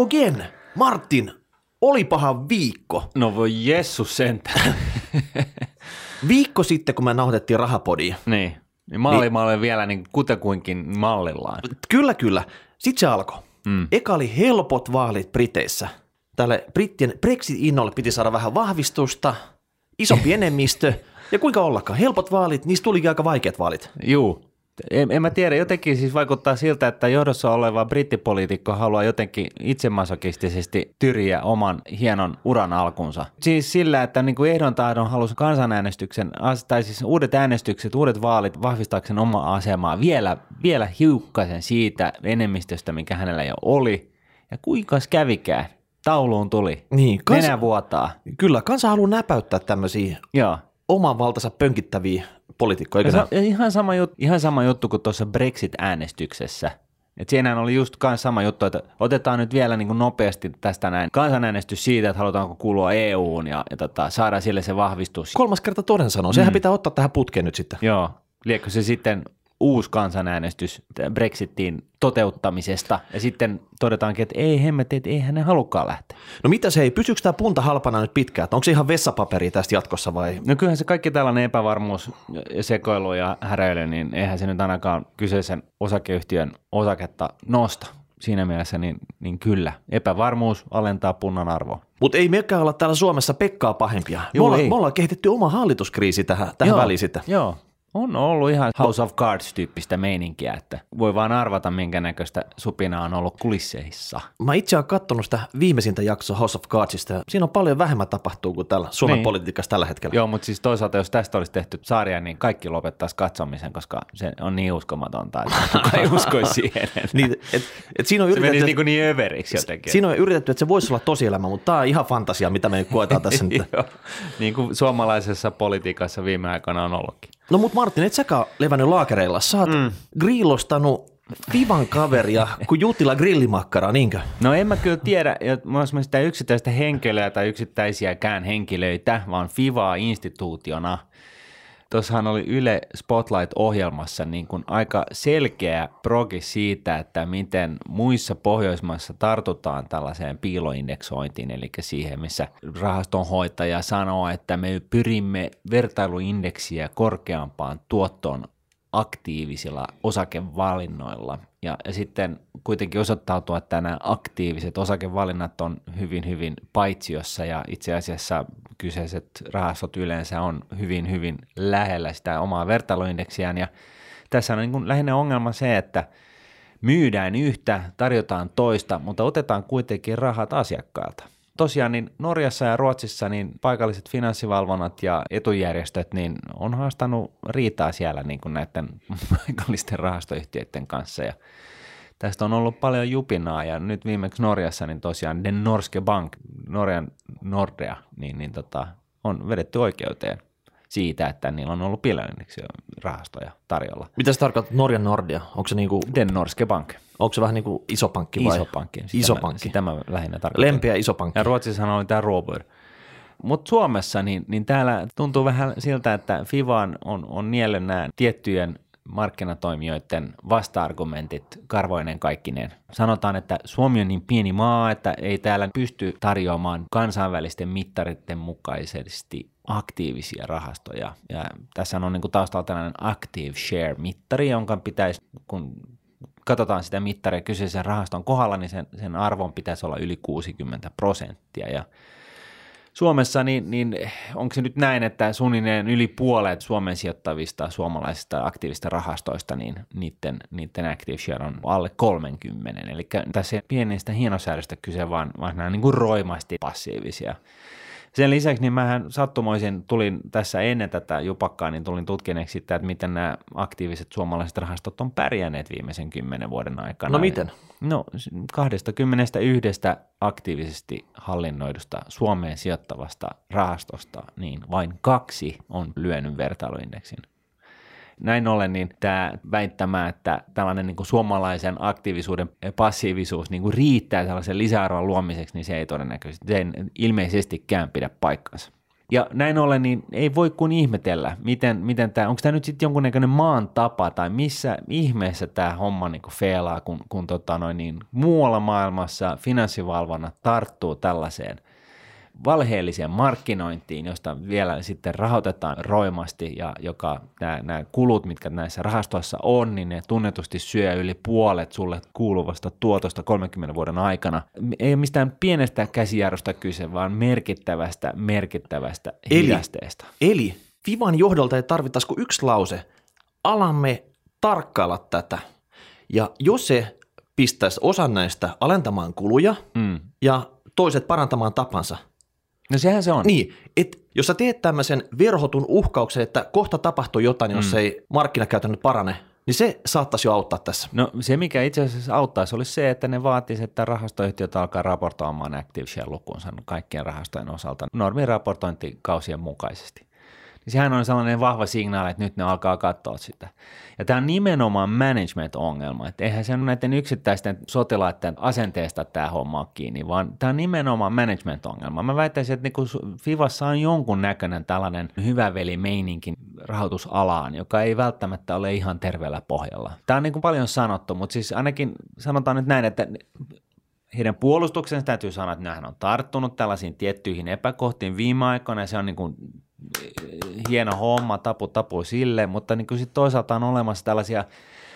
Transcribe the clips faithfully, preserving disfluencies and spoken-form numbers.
hello again. Martin, olipahan viikko. No voi jessus sentään. Viikko sitten, kun me nauhoitettiin Rahapodia. Niin. Mä olin, niin, mä olin vielä niin kutakuinkin mallillaan. Kyllä, kyllä. Sitten se alkoi. Mm. Eka oli helpot vaalit Briteissä. Tälle brittien Brexit-innolle piti saada vähän vahvistusta, isompi enemmistö. Ja kuinka ollakaan, helpot vaalit, niistä tulikin aika vaikeat vaalit. Juu. En, en mä tiedä, jotenkin siis vaikuttaa siltä, että johdossa oleva brittipoliitikko haluaa jotenkin itsemasokistisesti tyriä oman hienon uran alkunsa. Siis sillä, että niin kuin ehdon tahdon halusi kansanäänestyksen, tai siis uudet äänestykset, uudet vaalit vahvistaakseen omaa asemaa vielä, vielä hiukkasen siitä enemmistöstä, mikä hänellä jo oli. Ja kuinka kävikään? Tauluun tuli. Niin, kansa, Nenä vuotaa. Kyllä, kansa haluaa näpäyttää tämmöisiä Joo. oman valtansa pönkittäviä poliitikkoja. Sa- ihan, sama juttu, ihan sama juttu kuin tuossa Brexit-äänestyksessä. Et siinähän oli just kans sama juttu, että otetaan nyt vielä niin kuin nopeasti tästä näin kansanäänestys siitä, että halutaanko kuulua E U:un ja, ja tota, saada sille se vahvistus. Kolmas kerta toden sanoo. Sehän mm. pitää ottaa tähän putkeen nyt sitten. Joo. Liekö se sitten uusi kansanäänestys Brexitin toteuttamisesta ja sitten todetaankin, että ei hemmet, että eihän ne halukkaan lähteä. No mitä se ei, pysyykö tämä punta halpana nyt pitkään? Onko se ihan vessapaperi tästä jatkossa vai? No kyllähän se kaikki tällainen epävarmuus, sekoilu ja häräily, niin eihän se nyt ainakaan kyseisen osakeyhtiön osaketta nosta. Siinä mielessä niin, niin kyllä, epävarmuus alentaa punnan arvoa. Mutta ei mekään olla täällä Suomessa Pekkaa pahempia. Joo, me, ollaan, ei. me ollaan kehitetty oma hallituskriisi tähän, tähän Joo, väliin sitten. Joo. On ollut ihan House of Cards-tyyppistä meininkiä, että voi vaan arvata, minkä näköistä supinaa on ollut kulisseissa. Mä itse olen katsonut sitä viimeisintä jaksoa House of Cardsista. Siinä on paljon vähemmän tapahtuu kuin täällä Suomen niin. politiikassa tällä hetkellä. Joo, mutta siis toisaalta, jos tästä olisi tehty sarja, niin kaikki lopettaisi katsomisen, koska se on niin uskomatonta, että kukaan ei uskoisi siihen. niin, et, et siinä on se yritetty, menisi niin, niin överiksi jotenkin. Siinä on yritetty, että se voisi olla tosielämä, mutta tämä on ihan fantasia, mitä me koetaan tässä nyt. Joo, niin kuin suomalaisessa politiikassa viime aikoina on ollutkin. No mutta Martin, et säkään levännyt laakereilla. Sä oot mm. grillostanut Fivan kaveria kuin Jutila grillimakkaraa, niinkö? No en mä kyllä tiedä, että mä olisin sitä yksittäistä henkilöä tai yksittäisiäkään henkilöitä, vaan Fivaa instituutiona. Tuossahan oli Yle Spotlight-ohjelmassa niin kuin aika selkeä progi siitä, että miten muissa Pohjoismaissa tartutaan tällaiseen piiloindeksointiin, eli siihen, missä rahastonhoitaja sanoo, että me pyrimme vertailuindeksiä korkeampaan tuottoon aktiivisilla osakevalinnoilla. Ja, ja sitten kuitenkin osoittautuu, että nämä aktiiviset osakevalinnat on hyvin, hyvin paitsiossa ja itse asiassa kyseiset rahastot yleensä on hyvin, hyvin lähellä sitä omaa vertailuindeksiään. Ja tässä on niin kuin lähinnä ongelma se, että myydään yhtä, tarjotaan toista, mutta otetaan kuitenkin rahat asiakkailta. Tosiaan niin Norjassa ja Ruotsissa niin paikalliset finanssivalvonnat ja etujärjestöt niin on haastanut riitaa siellä niin kuin näiden paikallisten rahastoyhtiöiden kanssa ja tästä on ollut paljon jupinaa ja nyt viimeksi Norjassa niin tosiaan Den Norske Bank, Norjan Nordea, niin, niin tota, on vedetty oikeuteen siitä, että niillä on ollut piiloindeksirahastoja tarjolla. Mitä se tarkoittaa Norjan Nordea? Onko se niinku Den Norske Bank. Onko se vähän niin kuin iso pankki vai? Iso pankki. Sitä iso mä, pankki. Sitä mä lähinnä tarkoitan. Lempeä iso pankki. Ja Ruotsissahan oli tämä Robur. Mutta Suomessa niin, niin täällä tuntuu vähän siltä, että Fivan on, on niellyt nämä tiettyjen markkinatoimijoiden vasta-argumentit karvoinen kaikkineen. Sanotaan, että Suomi on niin pieni maa, että ei täällä pysty tarjoamaan kansainvälisten mittaritten mukaisesti aktiivisia rahastoja. Ja tässä on niin kuin taustalla tällainen active share-mittari, jonka pitäisi, kun katsotaan sitä mittaria kyseisen rahaston kohdalla, niin sen, sen arvon pitäisi olla yli kuusikymmentä prosenttia. Ja Suomessa, niin, niin onko se nyt näin, että suunnilleen yli puolet Suomen sijoittavista suomalaisista aktiivista rahastoista, niin niiden, niiden active share on alle kolmekymmentä. Eli tässä ei pienestä hienosäädöstä kyse, vaan, vaan nämä niin kuin roimasti passiivisia. Sen lisäksi niin mähän sattumoisin tulin tässä ennen tätä jupakkaa, niin tulin tutkineeksi sitä, että miten nämä aktiiviset suomalaiset rahastot on pärjänneet viimeisen kymmenen vuoden aikana. No miten? No kaksikymmentäyksi aktiivisesti hallinnoidusta Suomeen sijoittavasta rahastosta, niin vain kaksi on lyönyt vertailuindeksin. Näin ollen niin tämä väittämä, että tällainen niin kuin suomalaisen aktiivisuuden passiivisuus niin kuin riittää tällaisen lisäarvon luomiseksi, niin se ei todennäköisesti, se ei ilmeisestikään pidä paikkansa. Ja näin ollen niin ei voi kuin ihmetellä, miten, miten tämä, onko tämä nyt sitten jonkunnäköinen maan tapa tai missä ihmeessä tämä homma niin kuin feilaa, kun, kun tota noin niin, muualla maailmassa finanssivalvonnat tarttuu tällaiseen valheelliseen markkinointiin, josta vielä sitten rahoitetaan roimasti ja joka nämä, nämä kulut, mitkä näissä rahastoissa on, niin ne tunnetusti syö yli puolet sulle kuuluvasta tuotosta kolmenkymmenen vuoden aikana. Ei ole mistään pienestä käsijarrusta kyse, vaan merkittävästä, merkittävästä hidasteesta. Eli, eli Fivan johdolta ei tarvittaisi kuin yksi lause. Alamme tarkkailla tätä. Ja jos se pistäisi osan näistä alentamaan kuluja mm. ja toiset parantamaan tapansa. No sehän se on. Niin, että jos sä teet tämmöisen verhotun uhkauksen, että kohta tapahtuu jotain, jos mm. ei markkinakäytännöt parane, niin se saattaisi jo auttaa tässä. No se, mikä itse asiassa auttaisi, olisi se, että ne vaatisi, että rahastoyhtiöt alkaa raportoimaan Active Share-lukunsa kaikkien rahastojen osalta normiraportointikausien mukaisesti. Niin sehän on sellainen vahva signaali, että nyt ne alkaa katsoa sitä. Ja tämä on nimenomaan management-ongelma, että eihän se näiden yksittäisten sotilaiden asenteesta tämä homma ole kiinni, vaan tämä on nimenomaan management-ongelma. Mä väittäisin, että niinku Fivassa on jonkun näköinen tällainen hyvä veli-meininkin rahoitusalaan, joka ei välttämättä ole ihan terveellä pohjalla. Tämä on niin kuin paljon sanottu, mutta siis ainakin sanotaan nyt näin, että heidän puolustuksensa täytyy sanoa, että nämähän on tarttunut tällaisiin tiettyihin epäkohtiin viime aikoina, ja se on niin kuin hieno homma, tapu tapu sille, mutta niin kuin sit toisaalta on olemassa tällaisia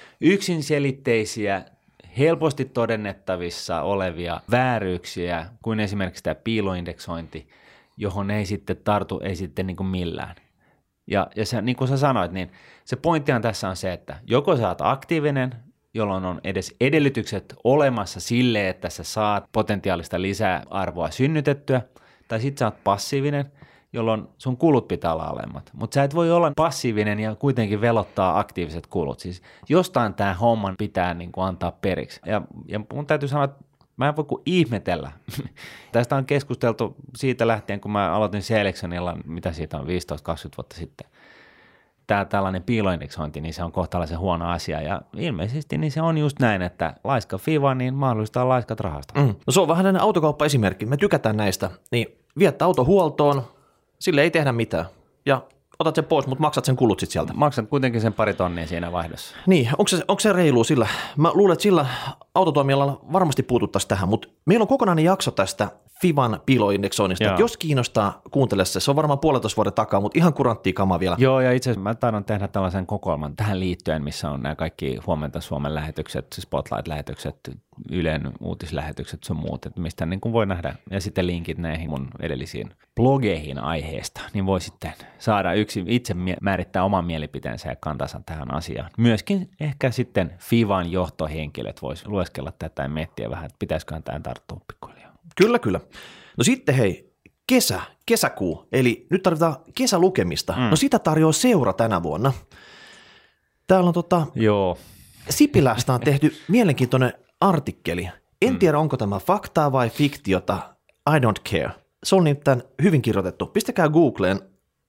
yksinselitteisiä, helposti todennettavissa olevia vääryyksiä, kuin esimerkiksi tämä piiloindeksointi, johon ei sitten tartu, ei sitten niin kuin millään. Ja, ja se, niin kuin sä sanoit, niin se pointtihan tässä on se, että joko sä oot aktiivinen, jolloin on edes edellytykset olemassa sille, että sä saat potentiaalista lisäarvoa synnytettyä, tai sit sä oot passiivinen, jolloin sun kulut pitää olla alemmat. Mutta sä et voi olla passiivinen ja kuitenkin velottaa aktiiviset kulut. Siis jostain tämä homman pitää niin kuin antaa periksi. Ja, ja mun täytyy sanoa, että mä en voi kuin ihmetellä. Tästä on keskusteltu siitä lähtien, kun mä aloitin Selectionilla, mitä siitä on viisitoista kaksikymmentä vuotta sitten. Tämä tällainen piiloindeksointi, niin se on kohtalaisen huono asia. Ja ilmeisesti niin se on just näin, että laiska Fiva, niin mahdollistaa laiskat rahasta. Mm. No se on vähän näinen autokauppa-esimerkki. Me tykätään näistä. Niin viettä auto huoltoon, sille ei tehdä mitään. Ja otat sen pois, mutta maksat sen kulut sitten sieltä. Maksat kuitenkin sen pari tonnia siinä vaihdossa. Niin, onko se, onko se reilu sillä? Mä luulen, että sillä autotoimijalla varmasti puututtaisiin tähän, mutta meillä on kokonainen jakso tästä Fivan piiloindeksoinnista. Jos kiinnostaa, kuuntele se. Se on varmaan puolentoista vuoden takaa, mutta ihan kuranttia kamaa vielä. Joo, ja itse asiassa mä taidan tehdä tällaisen kokoelman tähän liittyen, missä on nämä kaikki Huomenta Suomen lähetykset, Spotlight-lähetykset, Ylen uutislähetykset, sun muut, että mistä niin kuin voi nähdä. Ja sitten linkit näihin mun edellisiin blogeihin aiheesta, niin voi sitten saada yksi itse määrittää oman mielipiteensä ja kantansa tähän asiaan. Myöskin ehkä sitten Fivan johtohenkilöt vois lueskella tätä ja miettiä vähän, että pitäisiköhän tämän tarttua pikkuhiljaa. Kyllä, kyllä. No sitten hei, kesä, kesäkuu, eli nyt tarvitaan kesälukemista. Mm. No sitä tarjoaa Seura tänä vuonna. Täällä on tota, Joo. Sipilästä on tehty mielenkiintoinen artikkeli. En mm. tiedä, onko tämä faktaa vai fiktiota, I don't care. Se on nimittäin hyvin kirjoitettu. Pistäkää Googleen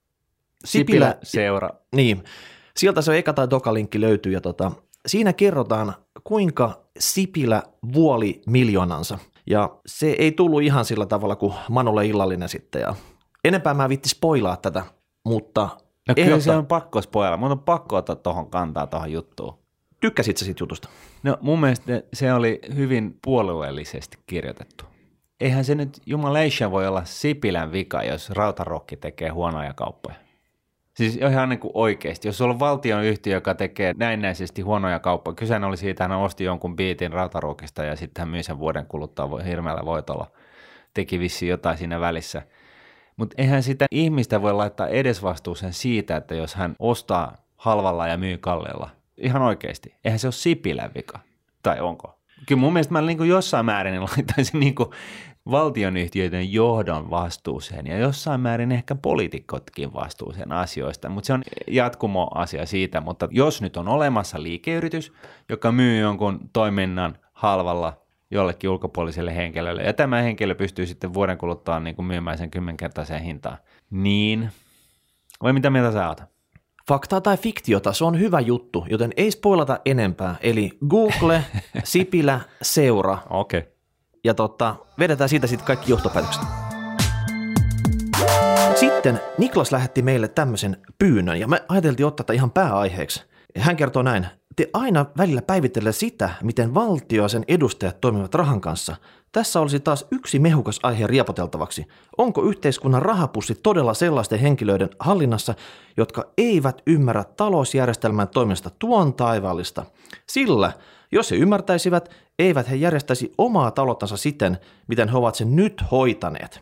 Sipilä, Sipilä Seura. Niin, sieltä se eka tai toka linkki löytyy ja tota, siinä kerrotaan, kuinka Sipilä vuoli miljoonansa. Ja se ei tullut ihan sillä tavalla kuin Manulle illallinen sitten. Ja enempää mä viitti spoilaa tätä, mutta no kyllä ehdottaa, se on pakko spoilaa. Mun on pakko ottaa tuohon kantaa tuohon juttuun. Tykkäsit sä siitä jutusta? No mun mielestä se oli hyvin puolueellisesti kirjoitettu. Eihän se nyt jumalation voi olla Sipilän vika, jos Rautarokki tekee huonoja kauppoja. Siis ihan niin kuin oikeasti, jos sulla on valtionyhtiö, joka tekee näennäisesti huonoja kauppoja, kysehän oli siitä, hän osti jonkun biitin Rautaruukista ja sitten hän myi sen vuoden kuluttua hirveällä voitolla, teki vissiin jotain siinä välissä. Mutta eihän sitä ihmistä voi laittaa edesvastuuseen siitä, että jos hän ostaa halvalla ja myy kalleella. Ihan oikeasti. Eihän se ole Sipilän vika. Tai onko? Kyllä mun mielestä mä niin kuin jossain määrin laittaisin niin kuin valtionyhtiöiden johdon vastuuseen ja jossain määrin ehkä poliitikotkin vastuuseen asioista, mutta se on jatkumo-asia siitä, mutta jos nyt on olemassa liikeyritys, joka myy jonkun toiminnan halvalla jollekin ulkopuoliselle henkilölle ja tämä henkilö pystyy sitten vuoden kuluttua niin kuin myymään sen kymmenkertaiseen hintaan, niin vai mitä mieltä sä oot? Faktaa tai fiktiota, se on hyvä juttu, joten ei spoilata enempää, eli Google, Sipilä, Seura. Okei. Ja tota, vedetään siitä sitten kaikki johtopäätökset. Sitten sitten Niklas lähetti meille tämmöisen pyynnön ja me ajateltiin ottaa tätä ihan pääaiheeksi. Hän kertoo näin, te aina välillä päivitellä sitä, miten valtio ja sen edustajat toimivat rahan kanssa. Tässä olisi taas yksi mehukas aihe riepoteltavaksi. Onko yhteiskunnan rahapussi todella sellaisten henkilöiden hallinnassa, jotka eivät ymmärrä talousjärjestelmän toiminnasta tuon taivaallista? Sillä, jos he ymmärtäisivät, eivät he järjestäisi omaa talouttansa siten, miten he ovat sen nyt hoitaneet.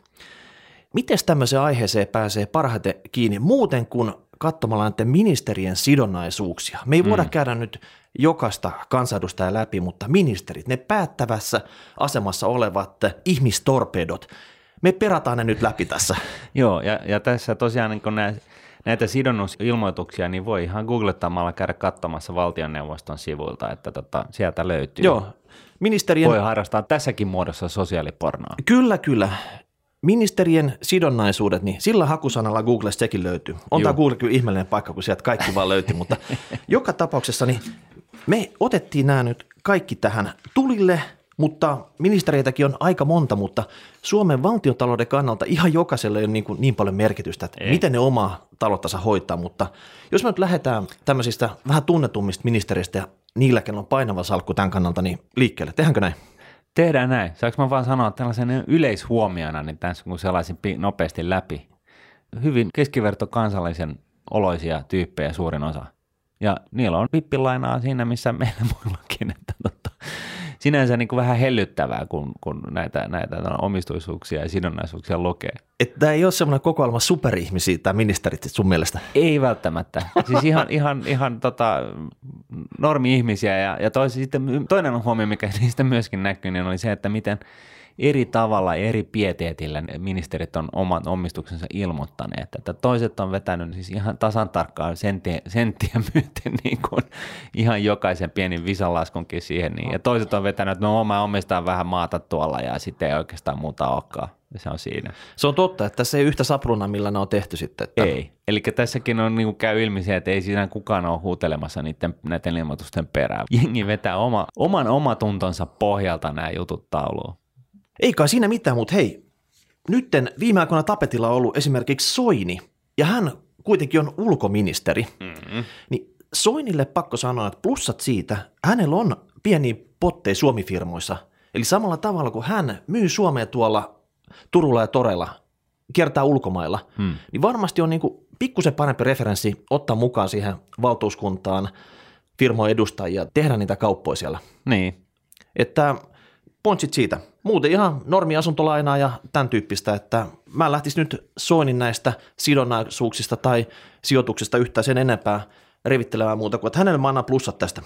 Miten tämmöiseen aiheeseen pääsee parhaiten kiinni muuten kuin katsomalla näiden ministerien sidonnaisuuksia? Me ei voida mm. käydä nyt jokaista kansanedustajaa läpi, mutta ministerit, ne päättävässä asemassa olevat ihmistorpedot, me perataan ne nyt läpi tässä. Joo, ja, ja tässä tosiaan niin kun näitä, näitä sidonnusilmoituksia, niin voi ihan googlettamalla käydä katsomassa valtioneuvoston sivuilta, että tota, sieltä löytyy. Joo, ministerien... Voi harrastaa tässäkin muodossa sosiaalipornoa. Kyllä, kyllä. Ministerien sidonnaisuudet, niin sillä hakusanalla Googlesta sekin löytyy. On tämä Google kyllä ihmeellinen paikka, kun sieltä kaikki vaan löytyy, mutta joka tapauksessa niin me otettiin nämä nyt kaikki tähän tulille, mutta ministeriöitäkin on aika monta, mutta Suomen valtiontalouden kannalta ihan jokaiselle ei ole niin, kuin niin paljon merkitystä, että ei. Miten ne omaa talouttansa hoitaa, mutta jos me nyt lähdetään tämmöisistä vähän tunnetummista ministeristä ja niillä, kenellä on painava salkku tämän kannalta, niin liikkeelle. Tehdäänkö näin? Tehdään näin. Saanko mä vaan sanoa tällaisen yleishuomiona, niin tässä kun sellaisin nopeasti läpi. Hyvin keskiverto kansallisen oloisia tyyppejä suurin osa. Ja niillä on pippilainaa siinä, missä meillä muillakin. Että totta, sinänsä niin kuin vähän hellyttävää, kun, kun näitä, näitä omistuisuuksia ja sidonnaisuuksia lukee. Että tämä ei ole semmoinen kokoelma superihmisiä, tämä ministerit sun mielestä? Ei välttämättä. Siis ihan, ihan, ihan tota, normi-ihmisiä. Ja, ja tois, sitten, toinen huomio, mikä niistä myöskin näkyy, niin oli se, että miten eri tavalla, eri pieteetillä ministerit on oman omistuksensa ilmoittaneet. Että toiset on vetänyt siis ihan tasan tarkkaan senttiä, senttiä myöten niin kuin ihan jokaisen pienin visanlaskunkin siihen. Niin. Ja toiset on vetänyt, että no mä omistan vähän maata tuolla ja sitten ei oikeastaan muuta olekaan. Ja se on siinä. Se on totta, että tässä ei yhtä sapruna, millä ne on tehty sitten. Että... Ei. Eli tässäkin on, niin kuin käy ilmi se, että ei siinä kukaan ole huutelemassa niiden, näiden ilmoitusten perään. Jengi vetää oma, oman omatuntonsa pohjalta nämä jutut tauluun. Ei kai siinä mitään, mutta hei, nytten viime aikoina tapetilla on ollut esimerkiksi Soini, ja hän kuitenkin on ulkoministeri, mm-hmm. niin Soinille pakko sanoa, että plussat siitä, hänellä on pieniä potteja Suomi-firmoissa, eli samalla tavalla kuin hän myy Suomea tuolla Turulla ja Torella, kiertää ulkomailla, mm. niin varmasti on niinku pikkusen parempi referenssi ottaa mukaan siihen valtuuskuntaan firmojen edustajia, tehdä niitä kauppoja siellä. Niin. Että pointsit siitä. Muuten ihan normiasuntolainaa ja tämän tyyppistä, että mä lähtisin nyt Soinin näistä sidonnaisuuksista tai sijoituksista yhtään sen enempää revittelemään muuta kuin, että hänelle mä annan plussat tästä.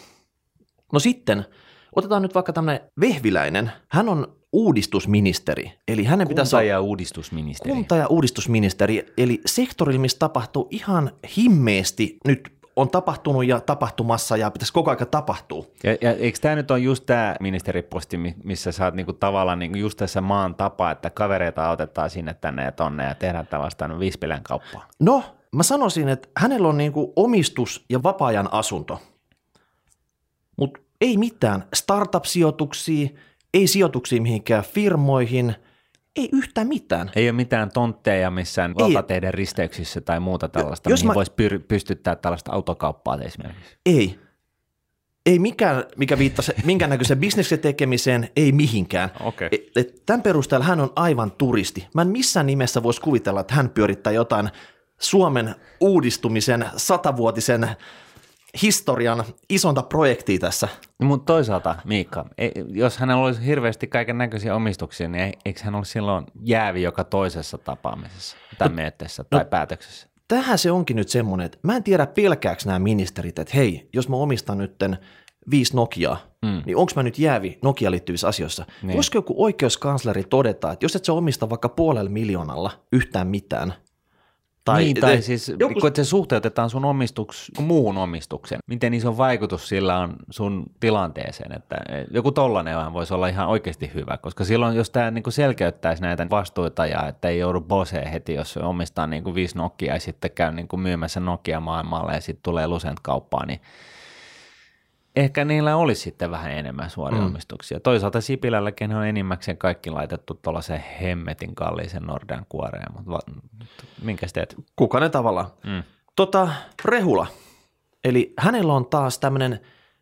No sitten otetaan nyt vaikka tämmöinen Vehviläinen. Hän on uudistusministeri, eli hänen pitäisi Kunta- ja uudistusministeri. Kunta- ja uudistusministeri, eli sektorilla, missä tapahtuu ihan himmeesti nyt on tapahtunut ja tapahtumassa ja pitäisi koko ajan tapahtua. Ja, ja eikö tämä nyt ole just tämä ministeriposti, missä sä oot niinku tavallaan niinku just tässä maan tapa, että kavereita otetaan sinne tänne ja tonne ja tehdään tällaista viispilän kauppaa? No, mä sanoisin, että hänellä on niinku omistus ja vapaa-ajan asunto, mutta ei mitään startup-sijoituksia, ei sijoituksia mihinkään firmoihin, ei yhtään mitään. Ei ole mitään tontteja missään valtateiden risteyksissä tai muuta tällaista, jos mihin mä... voisi pyr- pystyttää tällaista autokauppaa esimerkiksi. Ei. Ei mikään, mikä viittasi minkäännäköisen bisneksen tekemiseen, ei mihinkään. Okay. Et tämän perusteella hän on aivan turisti. Mä en missään nimessä voisi kuvitella, että hän pyörittää jotain Suomen uudistumisen satavuotisen historian isonta projektia tässä. No, mutta toisaalta, Miikka, ei, jos hänellä olisi hirveästi kaiken näköisiä omistuksia, niin eikö hän olisi silloin jäävi joka toisessa tapaamisessa tai no, mietteessä tai no, päätöksessä? Tähän se onkin nyt semmoinen, että mä en tiedä pelkääkö nämä ministerit, että hei, jos mä omistan nytten viisi Nokiaa, mm. niin onko mä nyt jäävi Nokia liittyvissä asioissa? Niin. Voisiko joku oikeuskansleri todeta, että jos et sä omista vaikka puolella miljoonalla yhtään mitään, Tai, niin, tai te, siis, joku... kun se suhteutetaan sun omistuks, muuhun omistukseen, miten iso vaikutus sillä on sun tilanteeseen, että joku tollainen voisi olla ihan oikeasti hyvä, koska silloin, jos tämä niinku selkeyttäisi näitä vastuita ja että ei joudu boseen heti, jos omistaa niinku viisi Nokiaa ja sitten käy niinku myymässä Nokia maailmalle ja sitten tulee Lucent kauppaan, niin ehkä niillä olisi sitten vähän enemmän suoria mm. omistuksia. Toisaalta Sipilälläkin on enimmäkseen kaikki laitettu tuollaiseen hemmetin kalliisen Nordean kuoreen, mutta va- minkäs teet? Kuka ne tavallaan? Mm. Tota, Rehula, eli hänellä on taas tämmöinen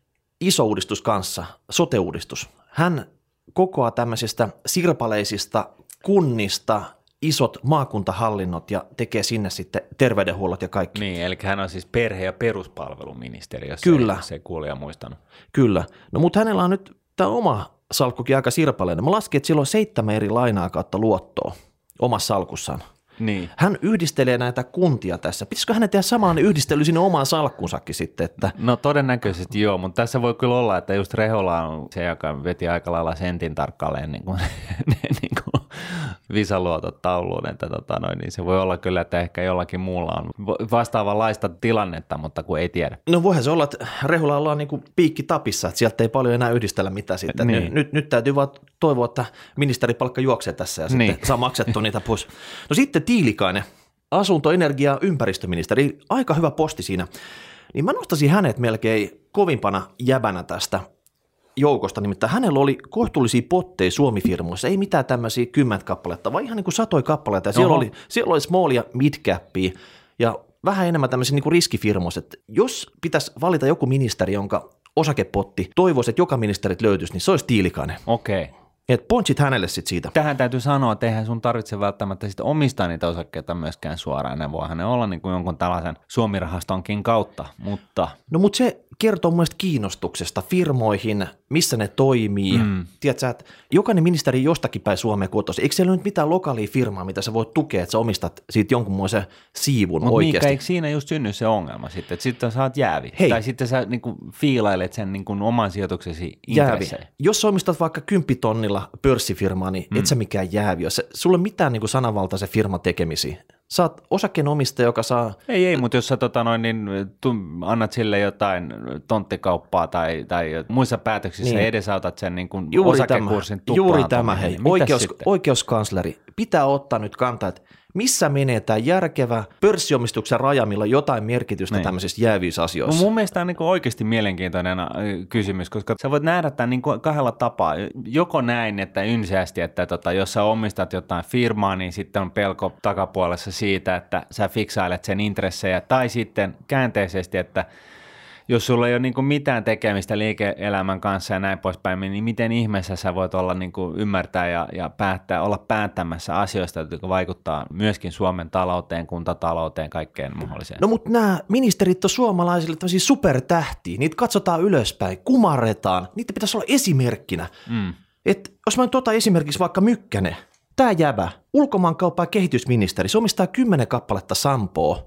iso uudistus kanssa, sote-uudistus. Hän kokoaa tämmöisistä sirpaleisista kunnista isot maakuntahallinnot ja tekee sinne sitten terveydenhuollot ja kaikki. Niin, eli hän on siis perhe- ja peruspalveluministeri, jos Kyllä. se ei kuulija muistanut. Kyllä. No mutta hänellä on nyt tämä oma salkkukin aika sirpaleinen. Mä laskin, että sillä on seitsemän eri lainaa kautta luottoa omassa salkussaan. Niin. Hän yhdistelee näitä kuntia tässä. Pitäisikö hänen tehdä samaan yhdistely sinne omaan salkkunsakin sitten? Että... No todennäköisesti joo, mutta tässä voi kyllä olla, että just Rehula on se, joka veti aika lailla sentin tarkkalleen niin kuin, niin kuin visaluotot tauluun, että tota noin, niin se voi olla kyllä, että ehkä jollakin muulla on vastaavanlaista tilannetta, mutta kun ei tiedä. No voihan se olla, että Rehulalla on niin kuin piikki tapissa, että sieltä ei paljon enää yhdistellä mitään sitten. Niin. Nyt, nyt täytyy vaan toivoa, että ministeripalkka juoksee tässä ja niin. Sitten saa maksettua niitä pois. No sitten Tiilikainen, asunto-, energia- ja ympäristöministeri, aika hyvä posti siinä. Niin mä nostaisin hänet melkein kovimpana jäbänä tästä joukosta, nimittäin hänellä oli kohtuullisia potteja Suomi-firmoissa, ei mitään tämmöisiä kymmentä kappaletta, vaan ihan niin kuin satoi kappaleita. Ja siellä, oli, siellä oli small ja mid-capia ja vähän enemmän tämmöisiä niin kuin riskifirmoissa. Että jos pitäisi valita joku ministeri, jonka osakepotti toivoisi, että joka ministerit löytyisi, niin se olisi Tiilikainen. Okei. Okay. Että pointsit hänelle sitten siitä. Tähän täytyy sanoa, että eihän sun tarvitse välttämättä sitten omistaa niitä osakkeita myöskään suoraan. Ne voihan ne olla niin kuin jonkun tällaisen Suomi-rahastonkin kautta, mutta... No mutta se kertoo mun mielestä kiinnostuksesta firmoihin, missä ne toimii. Mm. Tiedätkö, että jokainen ministeri jostakin päin Suomea kotoisin. Eikö siellä ole nyt mitään lokaalia firmaa, mitä sä voit tukea, että sä omistat siitä jonkunmoisen siivun Mut oikeasti? Mutta eikö siinä just synny se ongelma sitten, että sitten sä oot jäävi. Hei. Tai sitten sä niin kuin fiilailet sen niin kuin oman sijoituksesi intressejä. Jos sä omistat vaikka kymppitonnilla pörssifirmaa, niin mm. et sä mikään jäävi. Sulla ei mitään niin kuin sananvaltaisen firman tekemisiä. Sä oot osakkeenomistaja, joka saa... Ei, ei, mutta jos sä tota noin, niin, tu, annat sille jotain tonttikauppaa tai, tai muissa päätöksissä niin. edesautat sen niin kuin osakekurssin tuplaantuminen. Juuri tämä, hei. Niin Oikeus, oikeuskansleri pitää ottaa nyt kantaa, että missä menee tämä järkevä pörssiomistuksen raja, millä on jotain merkitystä niin. tämmöisissä jäävissä asioissa? No mun mielestä tämä on niin oikeasti mielenkiintoinen kysymys, koska sä voit nähdä tämän niin kahdella tapaa. Joko näin, että ynseästi, että tota, jos sä omistat jotain firmaa, niin sitten on pelko takapuolessa siitä, että sä fiksailet sen intressejä, tai sitten käänteisesti, että jos sulla ei ole niin kuin mitään tekemistä liike-elämän kanssa ja näin poispäin, niin miten ihmeessä sä voit olla niin kuin ymmärtää ja, ja päättää, olla päättämässä asioista, jotka vaikuttaa myöskin Suomen talouteen, kuntatalouteen, kaikkeen mahdolliseen? No mutta nämä ministerit on suomalaisille tämmöisiä supertähtiä, niitä katsotaan ylöspäin, kumarretaan, niitä pitäisi olla esimerkkinä. Mm. Et jos mä nyt otan esimerkiksi vaikka Mykkänen, tämä jäbä, ulkomaankauppa- ja kehitysministeri, se omistaa kymmenen kappaletta Sampoa.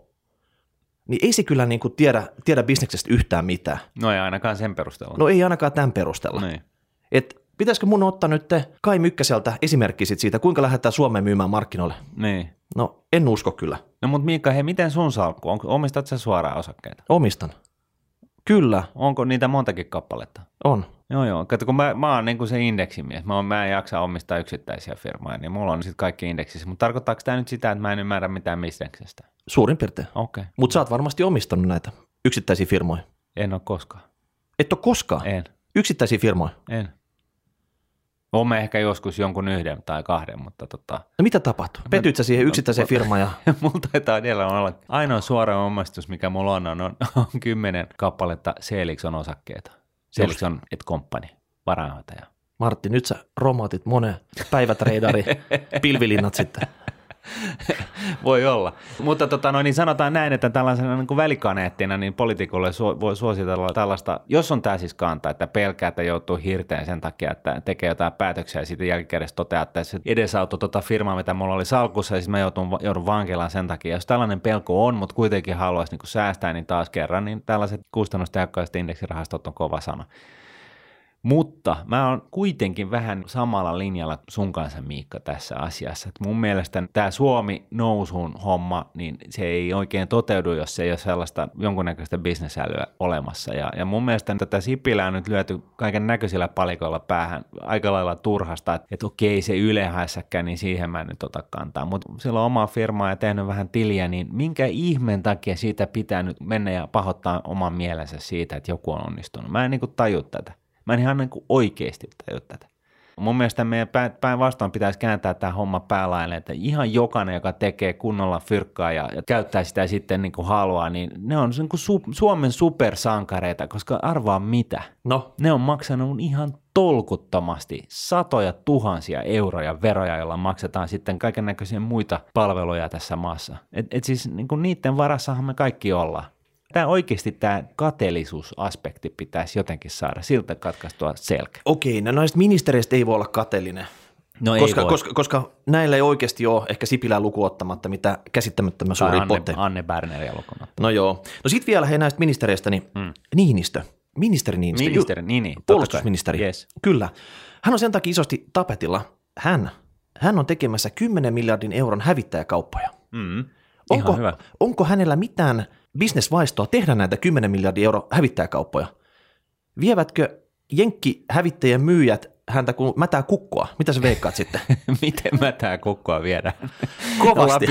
Niin ei se kyllä niin kuin tiedä, tiedä bisneksestä yhtään mitään. No ei ainakaan sen perusteella. No ei ainakaan tämän perusteella. Niin. Et pitäisikö mun ottaa nyt Kai Mykkäseltä esimerkki siitä, kuinka lähdetään Suomeen myymään markkinoille? Niin. No en usko kyllä. No mutta Miikka, hei, miten sun salkku? Omistat sä suoraan osakkeita? Omistan. Kyllä. Onko niitä montakin kappaletta? On. Joo, joo. Kato, kun mä, mä oon niin kuin se indeksimies. Mä, oon, mä en jaksa omistaa yksittäisiä firmoja, niin mulla on sitten kaikki indeksissä. Mutta tarkoittaako tämä nyt sitä, että mä en ymmärrä mitään bisneksestä? Suurin piirtein. Okei. Okay. Mutta sä oot varmasti omistanut näitä yksittäisiä firmoja. En ole koskaan. Et ole koskaan? En. Yksittäisiä firmoja? En. Oon mä ehkä joskus jonkun yhden tai kahden, mutta tota... No mitä tapahtui? Petyit sä siihen yksittäiseen firmaan ja... Mulla taitaa edellä olla ainoa suora omistus, mikä mulla on, on, on, on kymmenen kappaletta Seelikson osakkeita. Seelikson et company, varainhoitaja. Martti, nyt sä romautit monen päivätreidari pilvilinnat sitten. Voi olla. Mutta tota, no, niin sanotaan näin, että tällaisena niin kuin välikaneettina niin poliitikolle su- voi suositella tällaista, jos on tämä siis kanta, että pelkää, että joutuu hirteen sen takia, että tekee jotain päätöksiä ja sitten jälkikädessä toteaa, että se edesautui tota firmaa, mitä mulla oli salkussa ja sitten mä joutun, joudun vankilaan sen takia. Jos tällainen pelko on, mutta kuitenkin haluaisi niin kuin säästää, niin taas kerran, niin tällaiset kustannustehokkaiset indeksirahastot on kova sana. Mutta mä oon kuitenkin vähän samalla linjalla sun kanssa, Miikka, tässä asiassa. Et mun mielestä tämä Suomi nousuun homma, niin se ei oikein toteudu, jos ei ole sellaista jonkunnäköistä bisnesälyä olemassa. Ja, ja mun mielestä tätä Sipilää on nyt lyöty kaiken näköisillä palikoilla päähän aika lailla turhasta, että et okei se Yle hässäkään, niin siihen mä en nyt ota kantaa. Mutta sillä on omaa firmaa ja tehnyt vähän tiliä, niin minkä ihmeen takia siitä pitää nyt mennä ja pahoittaa oman mielensä siitä, että joku on onnistunut. Mä en niin kuin taju tätä. Mä en ihan niin kuin oikeasti taju tätä. Mun mielestä meidän päinvastoin pitäisi kääntää tämä homma päälaille, että ihan jokainen, joka tekee kunnolla fyrkkaa ja, ja käyttää sitä sitten niin kuin haluaa, niin ne on niin kuin su- Suomen supersankareita, koska arvaa mitä. No. Ne on maksanut ihan tolkuttomasti satoja tuhansia euroja veroja, joilla maksetaan sitten kaiken näköisiä muita palveluja tässä maassa. Et, et siis niin kuin niiden varassahan me kaikki ollaan. Tämä oikeasti tämä kateellisuusaspekti pitäisi jotenkin saada siltä katkaistua selkä. Okei, no näistä ministereistä ei voi olla kateellinen, no koska, ei voi. koska, koska näillä ei oikeasti ole ehkä Sipilää lukuottamatta mitä käsittämättömän suuria Anne, potteja. Anne Berneria lukunottamatta. No joo. No sitten vielä he näistä ministereistä, niin hmm. Niinistö, ministeri Niinistö. Ministeri, Ju- niin, niin. Puolustusministeri, yes. Kyllä. Hän on sen takia isosti tapetilla. Hän, hän on tekemässä kymmenen miljardin euron hävittäjäkauppoja. Mm. Onko, onko hänellä mitään bisnesvaistoa tehdä näitä kymmenen miljardin euro hävittäjäkauppoja? Vievätkö jenkkihävittäjien myyjät häntä kuin mätää kukkoa? Mitä sä veikkaat sitten? Miten mätää kukkoa viedään? Kovasti.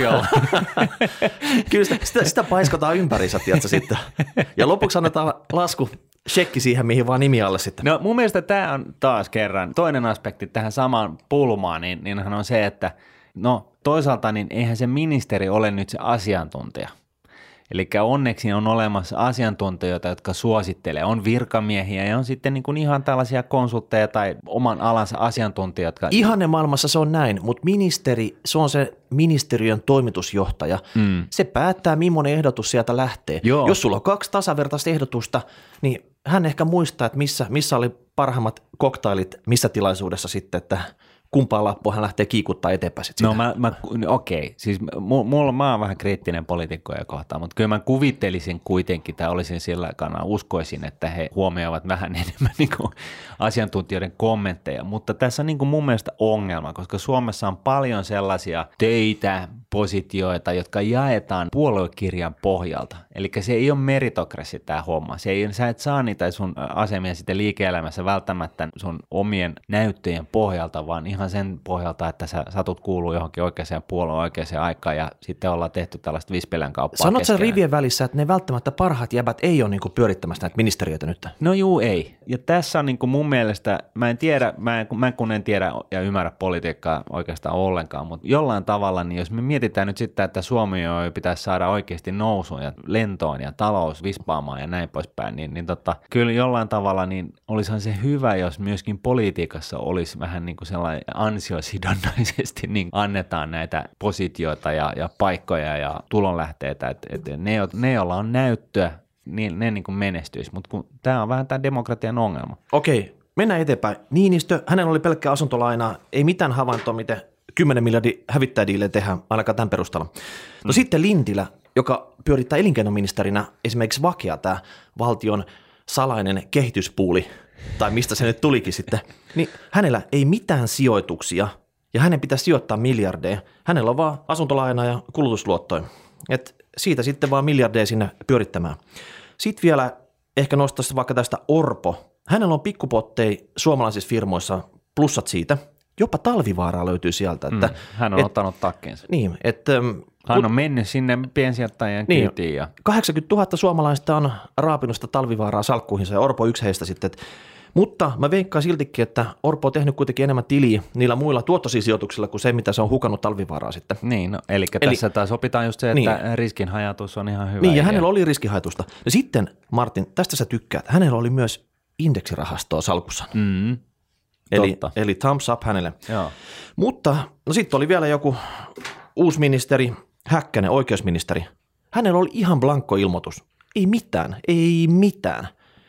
Kyllä sitä, sitä, sitä paiskataan ympäriinsä, tiedätkö, sitten. Ja lopuksi annetaan lasku, shekki siihen, mihin vaan nimi alle sitten. No mun mielestä tämä on taas kerran toinen aspekti tähän samaan pulmaan, niin, niinhän on se, että no toisaalta niin eihän se ministeri ole nyt se asiantuntija. Eli onneksi on olemassa asiantuntijoita, jotka suosittelee. On virkamiehiä ja on sitten niin kuin ihan tällaisia konsultteja tai oman alansa asiantuntijoita. Jotka... Ihanne maailmassa se on näin, mutta ministeri, se on se ministeriön toimitusjohtaja. Mm. Se päättää, millainen ehdotus sieltä lähtee. Joo. Jos sulla on kaksi tasavertaista ehdotusta, niin hän ehkä muistaa, että missä, missä oli parhaimmat koktailit, missä tilaisuudessa sitten, että kumpaan lappuun hän lähtee kiikuttaa eteenpäin sitten No mä, mä okei, siis mulla mä oon vähän kriittinen poliitikkoja kohtaan, mutta kyllä mä kuvittelisin kuitenkin, tai olisin sillä kannalla, uskoisin, että he huomioivat vähän enemmän niin kuin asiantuntijoiden kommentteja, mutta tässä on niin kuin mun mielestä ongelma, koska Suomessa on paljon sellaisia töitä, positioita, jotka jaetaan puoluekirjan pohjalta, eli se ei ole meritokrasi tämä homma, se ei, sä et saa niitä sun asemia sitten liike-elämässä välttämättä sun omien näyttöjen pohjalta, vaan ihan sen pohjalta, että sä satut kuuluu johonkin oikeaan puolueen oikeaan aikaan ja sitten ollaan tehty tällaista vispelän kauppaa. Sanot sä rivien välissä, että ne välttämättä parhaat jäbät ei ole niinku pyörittämässä näitä ministeriöitä nyt? No juu, ei. Ja tässä on niinku mun mielestä, mä en tiedä, mä, en, mä kun en tiedä ja ymmärrä politiikkaa oikeastaan ollenkaan, mutta jollain tavalla, niin jos me mietitään nyt sitten, että Suomi pitäisi saada oikeasti nousuun ja lentoon ja talous vispaamaan ja näin poispäin, niin, niin tota, kyllä jollain tavalla niin olisihan se hyvä, jos myöskin politiikassa olisi vähän niin kuin sellainen ansiosidonnaisesti niin annetaan näitä positioita ja, ja paikkoja ja tulonlähteitä, että et ne, ne, joilla on näyttöä, niin ne niin kuin menestyisi, mutta tämä on vähän tämä demokratian ongelma. Okei, mennään eteenpäin. Niinistö, hänellä oli pelkkä asuntolainaa, ei mitään havaintoa, miten kymmenen miljardin hävittäjädiille tehdään, ainakaan tämän perusteella. No mm. sitten Lintilä, joka pyörittää elinkeinoministerinä esimerkiksi Vakea, tämä valtion salainen kehityspuuli, tai mistä se nyt tulikin sitten, niin hänellä ei mitään sijoituksia ja hänen pitäisi sijoittaa miljardeja. Hänellä on vaan asuntolaina ja kulutusluottoja. Et siitä sitten vaan miljardeja sinne pyörittämään. Sitten vielä ehkä nostaisi vaikka tästä Orpo. Hänellä on pikkupotteja suomalaisissa firmoissa, plussat siitä. Jopa Talvivaaraa löytyy sieltä. Että, mm, hän on et, ottanut takkeensa. Niin, että hän on mennyt sinne piensijoittajien niin, kyytiin. Ja... kahdeksankymmentätuhatta suomalaista on raapinut sitä Talvivaaraa salkkuihinsa ja Orpo yksi heistä sitten. Mutta mä veikkaan siltikin, että Orpo on tehnyt kuitenkin enemmän tiliä niillä muilla tuottosijoituksilla kuin se, mitä se on hukannut Talvivaaraa sitten. Niin, no, eli, eli tässä taas opitaan just se, että niin, riskinhajatus on ihan hyvä. Niin, ja idea. hänellä oli riskinhajatusta. Ja sitten, Martin, tästä sä tykkäät, hänellä oli myös indeksirahastoa salkussa. Mm, eli, eli thumbs up hänelle. Joo. Mutta no sitten oli vielä joku uusi ministeri, Häkkänen, oikeusministeri. Hänellä oli ihan blankko ilmoitus. Ei mitään, ei mitään.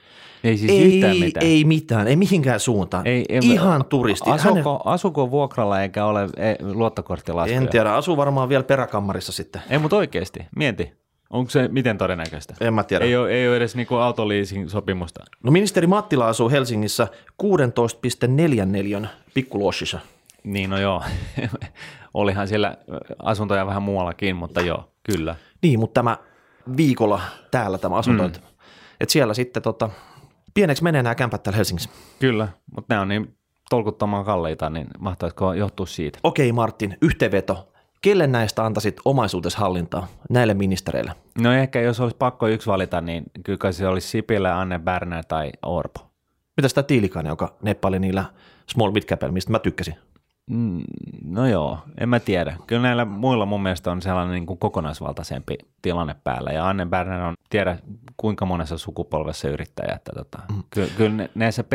Ei siis ei, yhtään mitään. Ei mitään, ei mihinkään suuntaan. Ei, ei, ihan turisti. Asuko, Hänellä... asuko vuokralla eikä ole luottokorttilaskuja? En tiedä, asuu varmaan vielä peräkammarissa sitten. Ei, mutta oikeasti, mieti. Onko se miten todennäköistä? En mä tiedä. Ei ole, ei ole edes niinku autoleasing sopimusta. No ministeri Mattila asuu Helsingissä kuusitoista pilkku neljä neliön pikkulossissa. Niin no joo, olihan siellä asuntoja vähän muuallakin, mutta joo, kyllä. Niin, mutta tämä viikolla täällä tämä asunto, mm. että et siellä sitten tota, pieneksi menee nämä kämpät täällä Helsingissä. Kyllä, mutta nämä on niin tolkuttoman kalliita, niin mahtaisiko johtua siitä? Okei Martin, yhteenveto. Kelle näistä antaisit omaisuutesi hallintaa näille ministereille? No ehkä jos olisi pakko yksi valita, niin kyllä se olisi Sipilä, Anne Berner tai Orpo. Mitäs tämä Tiilikainen, joka neppaili niillä small mid-capilla, mistä mä tykkäsin? Mm, no joo, en mä tiedä. Kyllä näillä muilla mun mielestä on sellainen niin kuin kokonaisvaltaisempi tilanne päällä. Ja Anne Berner on, tiedä kuinka monessa sukupolvessa yrittäjä. Että tota, mm. Kyllä, kyllä näissä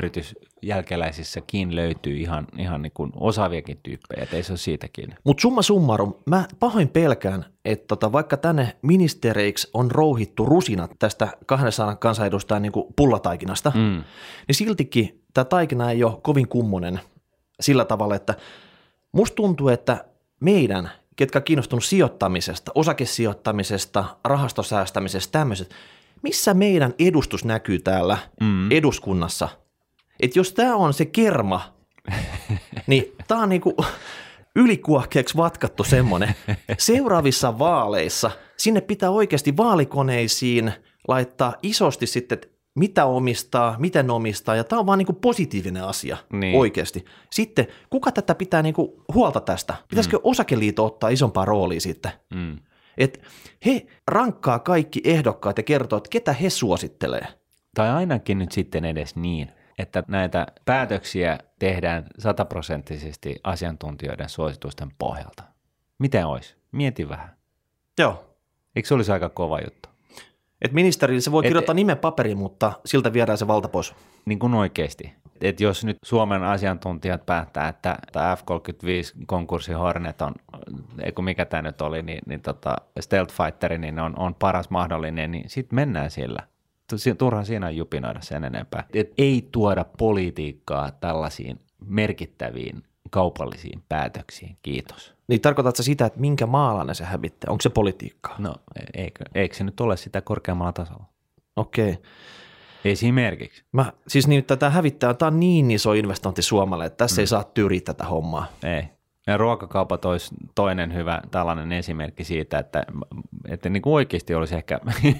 perheyritysjälkeläisissäkin löytyy ihan, ihan niin kuin osaaviakin tyyppejä, että ei se ole siitäkin. Mutta summa summarum, mä pahoin pelkään, että tota, vaikka tänne ministereiksi on rouhittu rusinat tästä kahdensadan kansanedustajan niin kuin pullataikinasta, mm. niin siltikin tämä taikina ei ole kovin kummonen sillä tavalla, että musta tuntuu, että meidän, ketkä on kiinnostunut sijoittamisesta, osakesijoittamisesta, rahastosäästämisestä, tämmöiset, missä meidän edustus näkyy täällä mm. eduskunnassa? Että jos tämä on se kerma, niin tämä on niinku ylikuohkeeksi vatkattu semmoinen. Seuraavissa vaaleissa sinne pitää oikeasti vaalikoneisiin laittaa isosti sitten, mitä omistaa, miten omistaa, ja tämä on vaan niinku positiivinen asia niin. Oikeasti. Sitten, kuka tätä pitää niinku huolta tästä? Pitäisikö mm. osakeliitto ottaa isompaa roolia sitten? Mm. Että he rankkaa kaikki ehdokkaat ja kertoo, että ketä he suosittelee. Tai ainakin nyt sitten edes niin, että näitä päätöksiä tehdään sataprosenttisesti asiantuntijoiden suositusten pohjalta. Miten olisi? Mieti vähän. Joo. Eikö se olisi aika kova juttu? Että ministerille se voi et, kirjoittaa nimen paperiin, mutta siltä viedään se valta pois. Niin kuin oikeasti. Että jos nyt Suomen asiantuntijat päättää, että F kolmekymmentäviisi konkurssi Hornet on, eikö mikä tämä nyt oli, niin, niin tota Stealth Fighter niin on, on paras mahdollinen, niin sitten mennään sillä. Turhaan siinä on jupinoida sen enempää. Et ei tuoda politiikkaa tällaisiin merkittäviin kaupallisiin päätöksiin. Kiitos. Niin tarkoitatko sitä, että minkä maalainen se hävittää? Onko se politiikkaa? No eikö, eikö se nyt ole sitä korkeammalla tasolla? Okei. Okay. Esimerkiksi. Mä, siis niin, tätä hävittää, tämä on niin iso investointi Suomelle, että tässä mm. ei saa tyriä tätä hommaa. Ei. Ja ruokakaupat olisi toinen hyvä tällainen esimerkki siitä, että, että niin kuin oikeasti olisi ehkä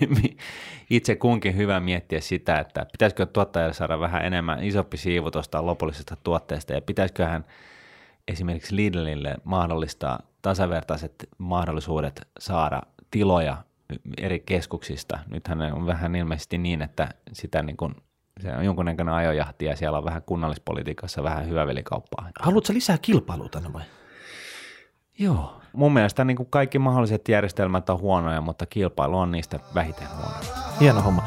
itse kunkin hyvä miettiä sitä, että pitäisikö tuottajalle saada vähän enemmän isompi siivu tuosta lopullisesta tuotteesta ja pitäisiköhän esimerkiksi Lidlille mahdollistaa tasavertaiset mahdollisuudet saada tiloja eri keskuksista. Nythän on vähän ilmeisesti niin, että sitä niin kuin, se on jonkunnäköinen ajojahti ja siellä on vähän kunnallispolitiikassa vähän hyvävelikauppaa. Haluatko lisää kilpailua tänne vai? Joo. Mun mielestä niin kuin kaikki mahdolliset järjestelmät on huonoja, mutta kilpailu on niistä vähiten huonoja. Hieno homma.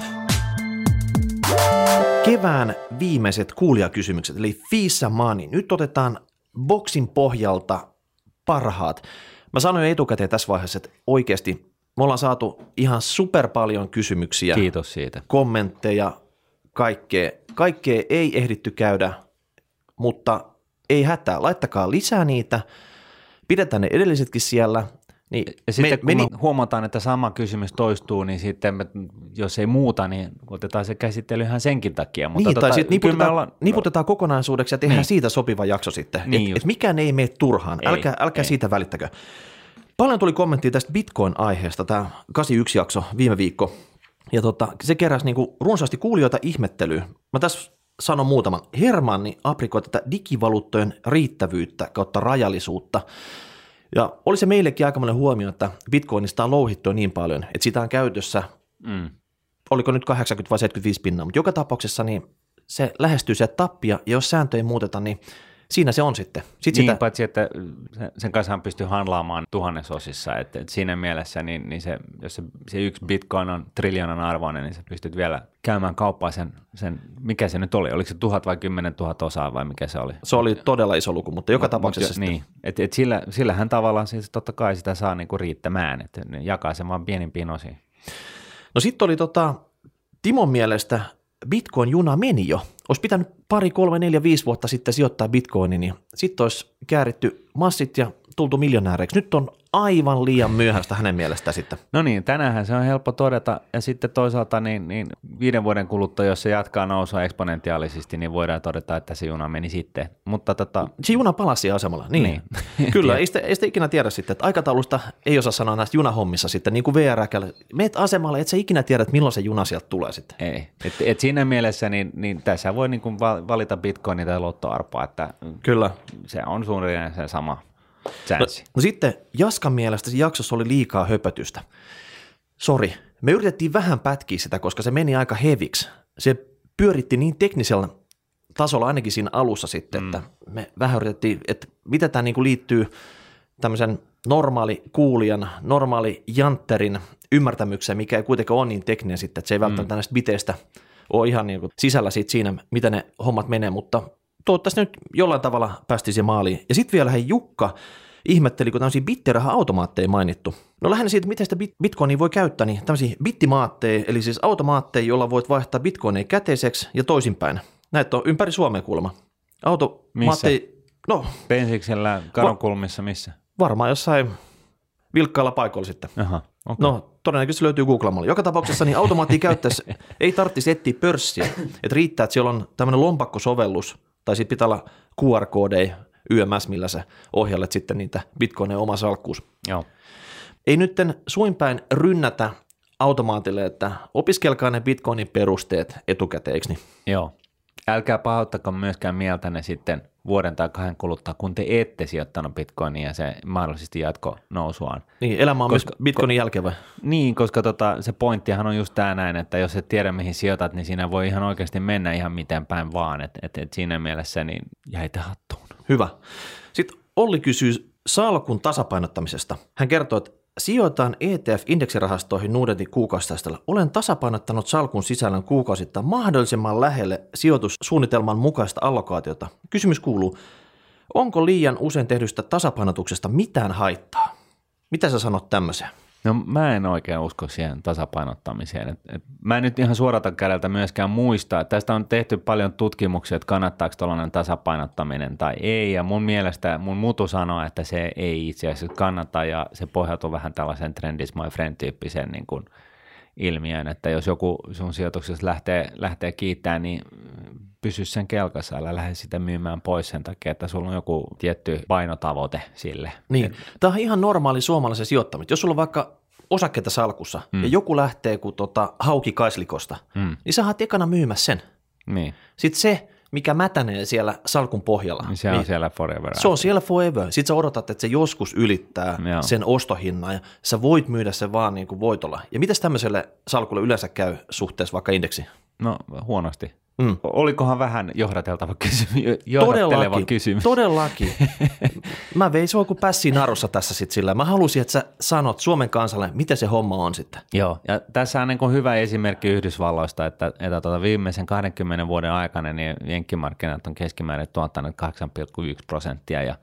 Kevään viimeiset kuulijakysymykset, eli Fisa Money. Nyt otetaan boksin pohjalta parhaat. Mä sanoin jo etukäteen tässä vaiheessa, että oikeasti me ollaan saatu ihan super paljon kysymyksiä. Kiitos siitä. Kommentteja, kaikkea. Kaikkea ei ehditty käydä, mutta ei hätää. Laittakaa lisää niitä. Pidetään ne edellisetkin siellä. Niin ja sitten me, kun meni... huomataan, että sama kysymys toistuu, niin sitten me, jos ei muuta, niin otetaan se käsittely ihan senkin takia. Mutta niin, tota, tai sitten niputetaan, ollaan... niputetaan kokonaisuudeksi ja tehdään niin. siitä sopiva jakso sitten. Niin et, et mikään ei mene turhaan, ei, älkää, älkää siitä välittäkö. Paljon tuli kommenttia tästä Bitcoin-aiheesta, tämä kahdeksankymmentäyksi jakso viime viikko. Ja tota, se keräsi niinku runsaasti kuulijoita ihmettelyyn. Mä tässä sanon muutaman. Hermanni aprikoi tätä digivaluuttojen riittävyyttä kautta rajallisuutta. Ja oli se meillekin aikamoinen huomio, että Bitcoinista on louhittu niin paljon, että sitä on käytössä, mm. oliko nyt kahdeksankymmentä vai seitsemänkymmentäviisi pinnaa, mutta joka tapauksessa niin se lähestyy se tappia, ja jos sääntöjä ei muuteta, niin siinä se on sitten. sitten niin, sitä... paitsi että sen kanssa pystyy handlaamaan tuhannesosissa, että, että siinä mielessä, niin, niin se, jos se, se yksi bitcoin on triljoonan arvoinen, niin sä pystyt vielä käymään kauppaa sen, sen, mikä se nyt oli, oliko se tuhat vai kymmenen tuhat osaa vai mikä se oli? Se oli todella iso luku, mutta joka no, tapauksessa mutta, niin, että et sillä, sillähän tavallaan siis totta kai sitä saa niinku riittämään, että ne jakaa sen vaan pienimpiin osiin. No sitten oli tota, Timon mielestä Bitcoin-juna meni jo. Olisi pitänyt pari, kolme, neljä, viisi vuotta sitten sijoittaa Bitcoinin, niin sitten olisi kääritty massit ja tultu miljonääreiksi. Nyt on aivan liian myöhäistä hänen mielestään sitten. No niin, tänäänhän se on helppo todeta ja sitten toisaalta niin, niin viiden vuoden kuluttua, jos se jatkaa nousua eksponentiaalisesti, niin voidaan todeta, että se juna meni sitten. Mutta tota... Se juna palasi asemalla, niin. niin. Kyllä, ei sitä, ei sitä ikinä tiedä sitten, että aikataulusta ei osaa sanoa näistä junahommissa sitten, niin kuin V R-källä. Meet asemalle, et sä ikinä tiedä, että milloin se juna sieltä tulee sitten. Ei, et, et siinä mielessä niin, niin tässä voi niin kuin valita bitcoinia tai lottoarpaa, että kyllä. Se on suunnilleen se sama chanssi. No, no sitten Jaskan mielestä jaksossa oli liikaa höpötystä. Sori, me yritettiin vähän pätkiä sitä, koska se meni aika heviksi. Se pyöritti niin teknisellä tasolla ainakin siinä alussa sitten, mm. että me vähän yritettiin, että mitä tämä niinku liittyy tämmöisen normaali kuulijan, normaali jantterin ymmärtämykseen, mikä ei kuitenkaan ole niin tekninen sitten, että se ei välttämättä mm. näistä biteistä ole ihan niinku sisällä siitä siinä, mitä ne hommat menee, mutta toivottavasti nyt jollain tavalla päästiin siihen maaliin. Ja sitten vielä hei Jukka ihmetteli, kun tämmöisiä bittiraha-automaatteja mainittu. No lähinnä siitä, miten sitä bitcoinia voi käyttää, niin tämmöisiä bittimaatteja, eli siis automaatteja, joilla voit vaihtaa bitcoinia käteiseksi ja toisinpäin. Näitä on ympäri Suomea kuulemma. Automaatteja, no. Pensiksellä, kadonkulmissa, missä? Varmaan jossain vilkkailla paikoilla sitten. Aha, okay. No todennäköisesti löytyy googlaamalla. Joka tapauksessa niin automaattia käyttäessä ei tarvitsisi etsiä pörssiä, että riittää, että siellä on tämmöinen lompakkosovellus, tai sitten pitää olla Q R-koodeja, Y M S, millä sä ohjallet sitten niitä bitcoineja oma salkkuus. Joo. Ei nytten suinpäin rynnätä automaatille, että opiskelkaa ne bitcoinin perusteet etukäteen, eikö niin? Joo. Älkää pahoittakaa myöskään mieltänne sitten vuoden tai kahden kuluttua, kun te ette sijoittanut bitcoinia ja se mahdollisesti jatko nousuaan. Niin, elämä on koska, myös bitcoinin ko- jälkeen vai? Niin, koska tota, se pointtihan on just tämä näin, että jos et tiedä mihin sijoitat, niin siinä voi ihan oikeasti mennä ihan miten päin vaan, että et, et siinä mielessä niin jäitä hattuun. Hyvä. Sitten Olli kysyy salkun tasapainottamisesta. Hän kertoo, että sijoitan E T F-indeksirahastoihin Nordentin kuukausitaistella. Olen tasapainottanut salkun sisällön kuukausittain mahdollisimman lähelle sijoitussuunnitelman mukaista allokaatiota. Kysymys kuuluu, onko liian usein tehdystä tasapainotuksesta mitään haittaa? Mitä sä sanot tämmöiseen? No mä en oikein usko siihen tasapainottamiseen. Et, et, mä en nyt ihan suorata kädeltä myöskään muista. Tästä on tehty paljon tutkimuksia, että kannattaako tällainen tasapainottaminen tai ei. Ja mun mielestä mun mutu sanoo, että se ei itse asiassa kannata ja se pohjautuu vähän tällaisen trend is my friend -tyyppiseen niin kuin ilmiön, että jos joku sun sijoituksessa lähtee, lähtee kiittämään, niin pysy sen kelkassa, älä lähde sitä myymään pois sen takia, että sulla on joku tietty painotavoite sille. Niin, Et... tämä on ihan normaali suomalaisen sijoittaminen. Jos sulla on vaikka osakkeita salkussa mm. ja joku lähtee kuin tota hauki kaislikosta, mm. niin sä haat ekana myymässä sen. Niin. Sitten se, mikä mätänee siellä salkun pohjalla. Niin se on niin, siellä forever. Se on siellä forever. Sitten sä odotat, että se joskus ylittää Joo. sen ostohinnan ja sä voit myydä sen vaan niin kuin voitolla. Ja mitäs tämmöiselle salkulle yleensä käy suhteessa vaikka indeksiin? No huonosti. Mm. Olikohan vähän johdateltava kysymys? Johdatteleva kysymys. Todellakin. Mä vein sua kuin pässiin narussa tässä sitten sillä. Mä halusin, että sä sanot Suomen kansalle, mitä se homma on sitten. Joo, ja tässä on niin kuin hyvä esimerkki Yhdysvalloista, että, että tuota viimeisen kahdenkymmenen vuoden aikana niin jenkkimarkkinat on keskimäärin tuottanut kahdeksan pilkku yksi prosenttia ja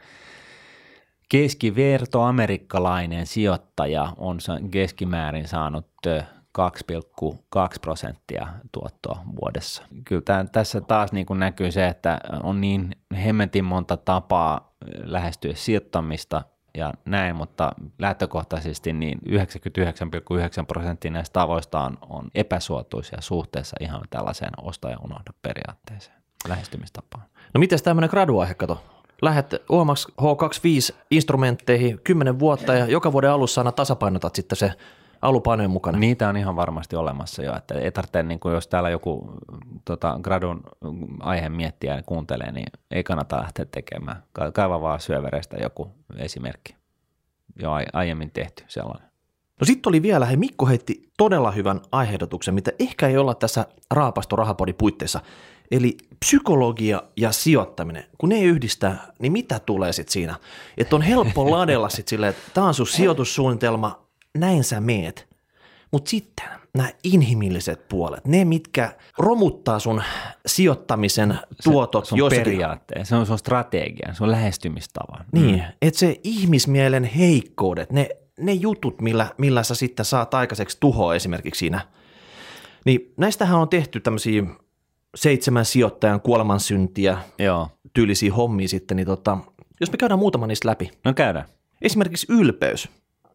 keskivertoamerikkalainen sijoittaja on keskimäärin saanut kaksi pilkku kaksi prosenttia tuottoa vuodessa. Kyllä tämän, tässä taas niin kuin näkyy se, että on niin hemmetin monta tapaa lähestyä sijoittamista ja näin, mutta lähtökohtaisesti niin yhdeksänkymmentäyhdeksän pilkku yhdeksän prosenttia näistä tavoista on, on epäsuotuisia suhteessa ihan tällaiseen osta ja unohda periaatteeseen lähestymistapaan. No miten tämmöinen graduaihe, kato? Lähdet O M X H kaksikymmentäviisi instrumentteihin kymmenen vuotta ja joka vuoden alussa aina tasapainotat sitten se alupainojen mukana. Niitä on ihan varmasti olemassa jo, että ei tarvitse, niin kuin jos täällä joku tota, gradun aihe miettiä ja kuuntelee, niin ei kannata lähteä tekemään. Kaiva vaan syövereistä joku esimerkki, jo aiemmin tehty sellainen. No sitten oli vielä, hei Mikko heitti todella hyvän aiheehdotuksen, mitä ehkä ei olla tässä Raapasto Rahapodin puitteissa, eli psykologia ja sijoittaminen. Kun ne yhdistää, niin mitä tulee sitten siinä? Että on helppo ladella sitten silleen, että tämä on sun sijoitussuunnitelma, näin sä meet. Mutta sitten nämä inhimilliset puolet, ne mitkä romuttaa sun sijoittamisen tuotot. Se, se on joissakin... periaatteen, se on sun strategia, se on lähestymistavan. Niin, mm. että se ihmismielen heikkoudet, ne, ne jutut, millä, millä sä sitten saat aikaiseksi tuhoa esimerkiksi siinä. Niin näistähän on tehty tämmöisiä seitsemän sijoittajan kuolemansyntiä, Joo. tyylisiä hommia sitten, niin tota, jos me käydään muutama niistä läpi. No käydään. Esimerkiksi ylpeys.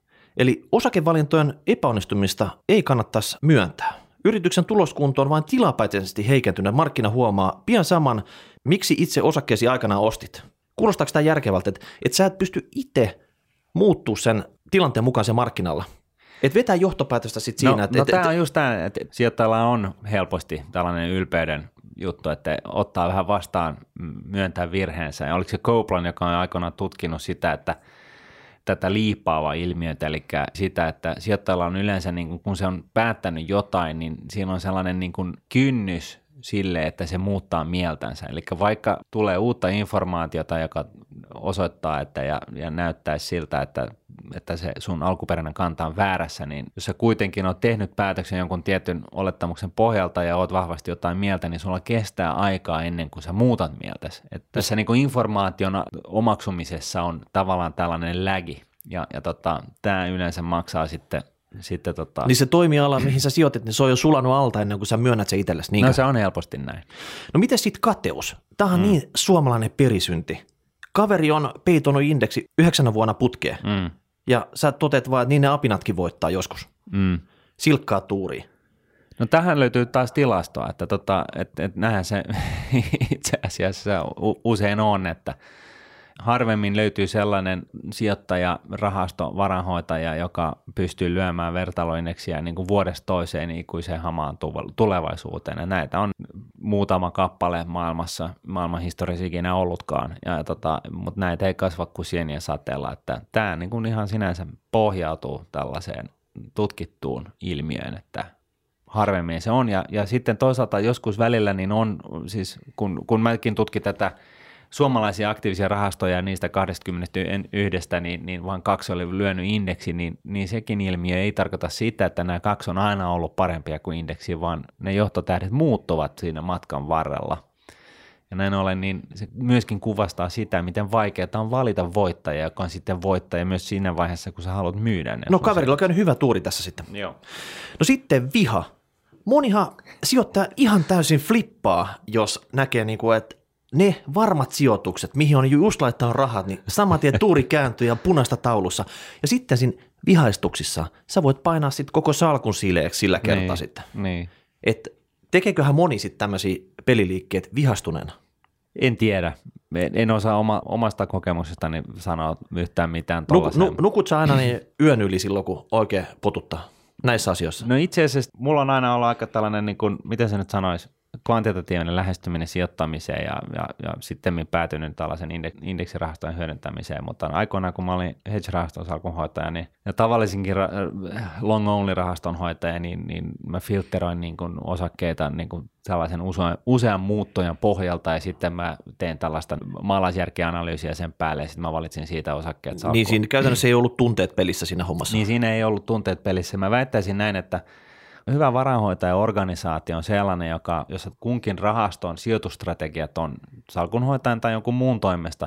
Eli osakevalintojen epäonnistumista ei kannattaisi myöntää. Yrityksen tuloskunto on vain tilapäisesti heikentynyt. Markkina huomaa pian saman, miksi itse osakkeesi aikanaan ostit. Kuulostaako tämä järkevältä, että, että sä et pysty itse muuttua sen tilanteen mukaan se markkinalla? Että vetää johtopäätöstä sitten no, siinä. Että, no että, tämä on just tämä, että sijoittajalla on helposti tällainen ylpeyden juttu, että ottaa vähän vastaan, myöntää virheensä. Ja oliko se Copeland, joka on aikoinaan tutkinut sitä, että tätä liippaavaa ilmiötä, eli sitä, että sijoittajalla on yleensä, niin kun se on päättänyt jotain, niin siinä on sellainen niin kuin kynnys sille, että se muuttaa mieltänsä. Eli vaikka tulee uutta informaatiota, joka osoittaa että ja, ja näyttäisi siltä, että, että se sun alkuperäinen kanta on väärässä, niin jos sä kuitenkin oot tehnyt päätöksen jonkun tietyn olettamuksen pohjalta ja oot vahvasti jotain mieltä, niin sulla kestää aikaa ennen kuin sä muutat mieltäsi. Että tässä niin kuin informaation omaksumisessa on tavallaan tällainen lägi, ja, ja tota, tämä yleensä maksaa sitten Sitten tota... Niin se toimiala, mihin sä sijoitit, niin se on jo sulanut alta ennen kuin sä myönnät se itsellesi. Niinkö? No se on helposti näin. No miten sitten kateus? Tämä on mm. niin suomalainen perisynti. Kaveri on peitonut indeksi yhdeksänä vuonna putkeen. Mm. Ja sä toteat vaan, että niin ne apinatkin voittaa joskus. Mm. Silkkaa tuuriin. No tähän löytyy taas tilastoa, että tota, et, et näinhän se itse asiassa usein on, että harvemmin löytyy sellainen sijoittaja, rahasto, varainhoitaja, joka pystyy lyömään vertailuindeksiä niin kuin vuodesta toiseen ikuiseen hamaan tulevaisuuteen. Ja näitä on muutama kappale maailmassa, maailman historiassa ikinä ollutkaan, ja tota, mutta näitä ei kasva kuin sieniä sateella. Että tämä niin kuin ihan sinänsä pohjautuu tällaiseen tutkittuun ilmiöön, että harvemmin se on. Ja, ja sitten toisaalta joskus välillä niin on, siis kun, kun mäkin tutkin tätä suomalaisia aktiivisia rahastoja ja niistä kaksikymmentäyksi, niin, niin vain kaksi oli lyönyt indeksi, niin, niin sekin ilmiö ei tarkoita sitä, että nämä kaksi on aina ollut parempia kuin indeksi, vaan ne johtotähdet muuttuvat siinä matkan varrella. Ja näin ollen, niin se myöskin kuvastaa sitä, miten vaikeaa on valita voittaja, joka on sitten voittaja myös siinä vaiheessa, kun sä haluat myydä ne. No kaverilla on käynyt hyvä tuuri tässä sitten. Joo. No sitten viha. Monihan sijoittaa ihan täysin flippaa, jos näkee, niin kuin, että ne varmat sijoitukset, mihin on just laittanut rahat, niin saman tien tuuri kääntyy ja punaista taulussa. Ja sitten siinä vihaistuksissa sä voit painaa sitten koko salkun sileeksi sillä kertaa niin, sitten. Niin. Et tekeeköhän moni sitten tämmöisiä peliliikkeet vihastuneena? En tiedä. En osaa oma, omasta kokemuksestani sanoa yhtään mitään tuollaiseen. Nuk, nukut sä aina niin yön yli silloin, kun oikein potuttaa näissä asioissa? No itse asiassa mulla on aina ollut aika tällainen, niin kuin, miten se nyt sanoisi, kvantitatiivinen lähestyminen sijoittamiseen ja, ja, ja sitten päätynyt tällaisen indeksirahastojen hyödyntämiseen, mutta aikoinaan kun mä olin hedge-rahaston salkunhoitaja niin, ja tavallisinkin ra- long-only-rahaston hoitaja, niin, niin mä filteroin niin kuin osakkeita niin kuin sellaisen usean, usean muuttojan pohjalta ja sitten mä tein tällaista maalaisjärkianalyysiä sen päälle ja sitten mä valitsin siitä osakkeet salkkuun. Niin siinä käytännössä ei ollut tunteet pelissä siinä hommassa. Niin siinä ei ollut tunteet pelissä. Mä väittäisin näin, että hyvä varainhoitajaorganisaatio on sellainen, joka, jossa kunkin rahaston sijoitusstrategiat on salkunhoitajan tai jonkun muun toimesta